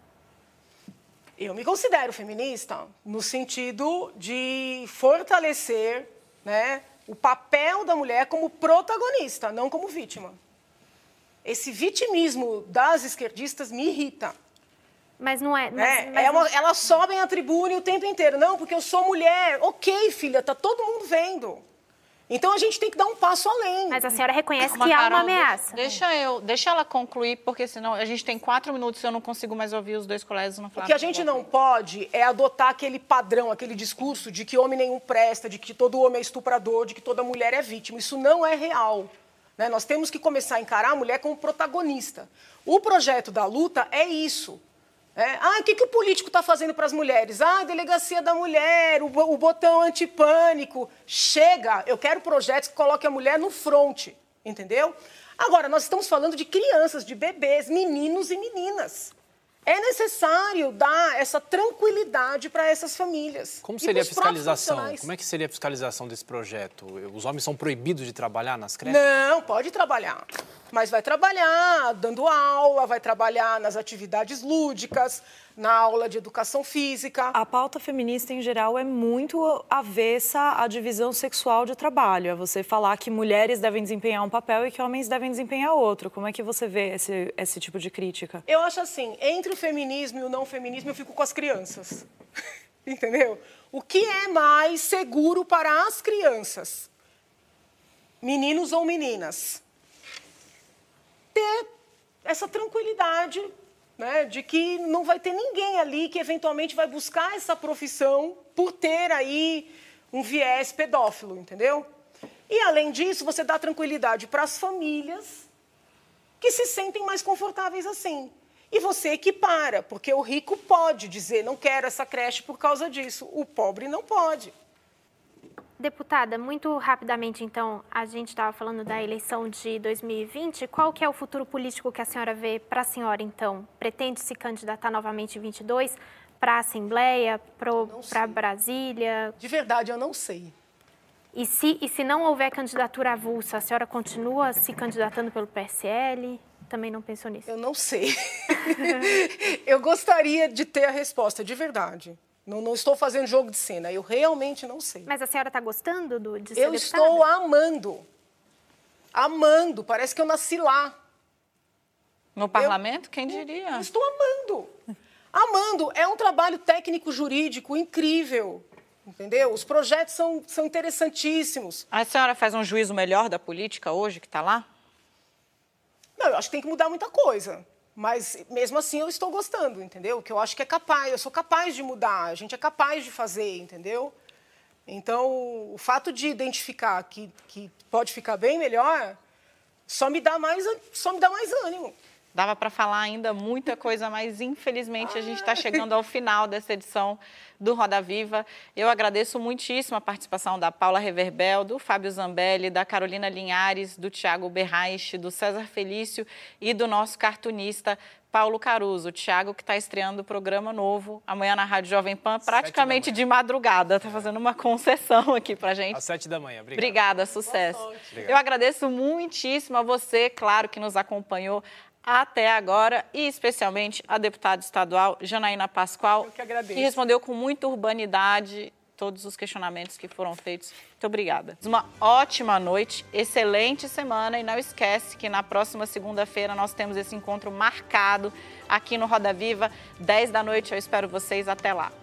Eu me considero feminista no sentido de fortalecer, né, o papel da mulher como protagonista, não como vítima. Esse vitimismo das esquerdistas me irrita. Mas não é... Mas, é, mas é uma, não... Elas sobem a tribuna o tempo inteiro. Não, porque eu sou mulher. Ok, filha, tá todo mundo vendo. Então a gente tem que dar um passo além. Mas a senhora reconhece Calma, que há Carol, uma ameaça. Deixa, eu, deixa ela concluir, porque senão a gente tem quatro minutos e eu não consigo mais ouvir os dois colegas não falar. O que a gente não pode é adotar aquele padrão, aquele discurso de que homem nenhum presta, de que todo homem é estuprador, de que toda mulher é vítima. Isso não é real. Né? Nós temos que começar a encarar a mulher como protagonista. O projeto da luta é isso. É. Ah, o que, que o político está fazendo para as mulheres? Ah, a delegacia da mulher, o, o botão antipânico. Chega, eu quero projetos que coloquem a mulher no fronte, entendeu? Agora, nós estamos falando de crianças, de bebês, meninos e meninas. É necessário dar essa tranquilidade para essas famílias. Como seria a fiscalização? Como é que seria a fiscalização desse projeto? Os homens são proibidos de trabalhar nas creches? Não, pode trabalhar. Mas vai trabalhar dando aula, vai trabalhar nas atividades lúdicas, na aula de educação física. A pauta feminista, em geral, é muito avessa à divisão sexual de trabalho. É você falar que mulheres devem desempenhar um papel e que homens devem desempenhar outro. Como é que você vê esse, esse tipo de crítica? Eu acho assim, entre o feminismo e o não feminismo, eu fico com as crianças. Entendeu? O que é mais seguro para as crianças? meninos ou meninas, ter essa tranquilidade, né, de que não vai ter ninguém ali que eventualmente vai buscar essa profissão por ter aí um viés pedófilo, entendeu? E, além disso, você dá tranquilidade para as famílias que se sentem mais confortáveis assim. E você equipara, porque o rico pode dizer, não quero essa creche por causa disso. O pobre não pode. Deputada, muito rapidamente, então, a gente estava falando da eleição de dois mil e vinte. Qual que é o futuro político que a senhora vê para a senhora, então? Pretende se candidatar novamente em vinte e dois para a Assembleia, para Brasília? De verdade, eu não sei. E se, e se não houver candidatura avulsa, a senhora continua se candidatando pelo P S L? Também não pensou nisso? Eu não sei. Eu gostaria de ter a resposta, de verdade. Não, não estou fazendo jogo de cena, eu realmente não sei. Mas a senhora está gostando do, de ser Eu deputada? estou amando. Amando, parece que eu nasci lá. No parlamento, eu, quem diria? Eu estou amando. Amando, é um trabalho técnico-jurídico incrível, entendeu? Os projetos são, são interessantíssimos. A senhora faz um juízo melhor da política hoje, que está lá? Não, eu acho que tem que mudar muita coisa. Mas, mesmo assim, eu estou gostando, entendeu? Que eu acho que é capaz, eu sou capaz de mudar, a gente é capaz de fazer, entendeu? Então, o fato de identificar que, que pode ficar bem melhor, só me dá mais, só me dá mais ânimo. Dava para falar ainda muita coisa, mas infelizmente a gente está chegando ao final dessa edição do Roda Viva. Eu agradeço muitíssimo a participação da Paula Reverbel, do Fábio Zambelli, da Carolina Linhares, do Tiago Berraich, do César Felício e do nosso cartunista Paulo Caruso. O Tiago que está estreando o programa novo amanhã na Rádio Jovem Pan, praticamente de madrugada. Está fazendo uma concessão aqui para a gente. Às sete da manhã. Obrigado. Obrigada, sucesso. Eu agradeço muitíssimo a você, claro, que nos acompanhou até agora, e especialmente a deputada estadual Janaína Pascoal, Eu que agradeço. que respondeu com muita urbanidade todos os questionamentos que foram feitos. Muito obrigada. Uma ótima noite, excelente semana, e não esquece que na próxima segunda-feira nós temos esse encontro marcado aqui no Roda Viva, dez da noite. Eu espero vocês. Até lá.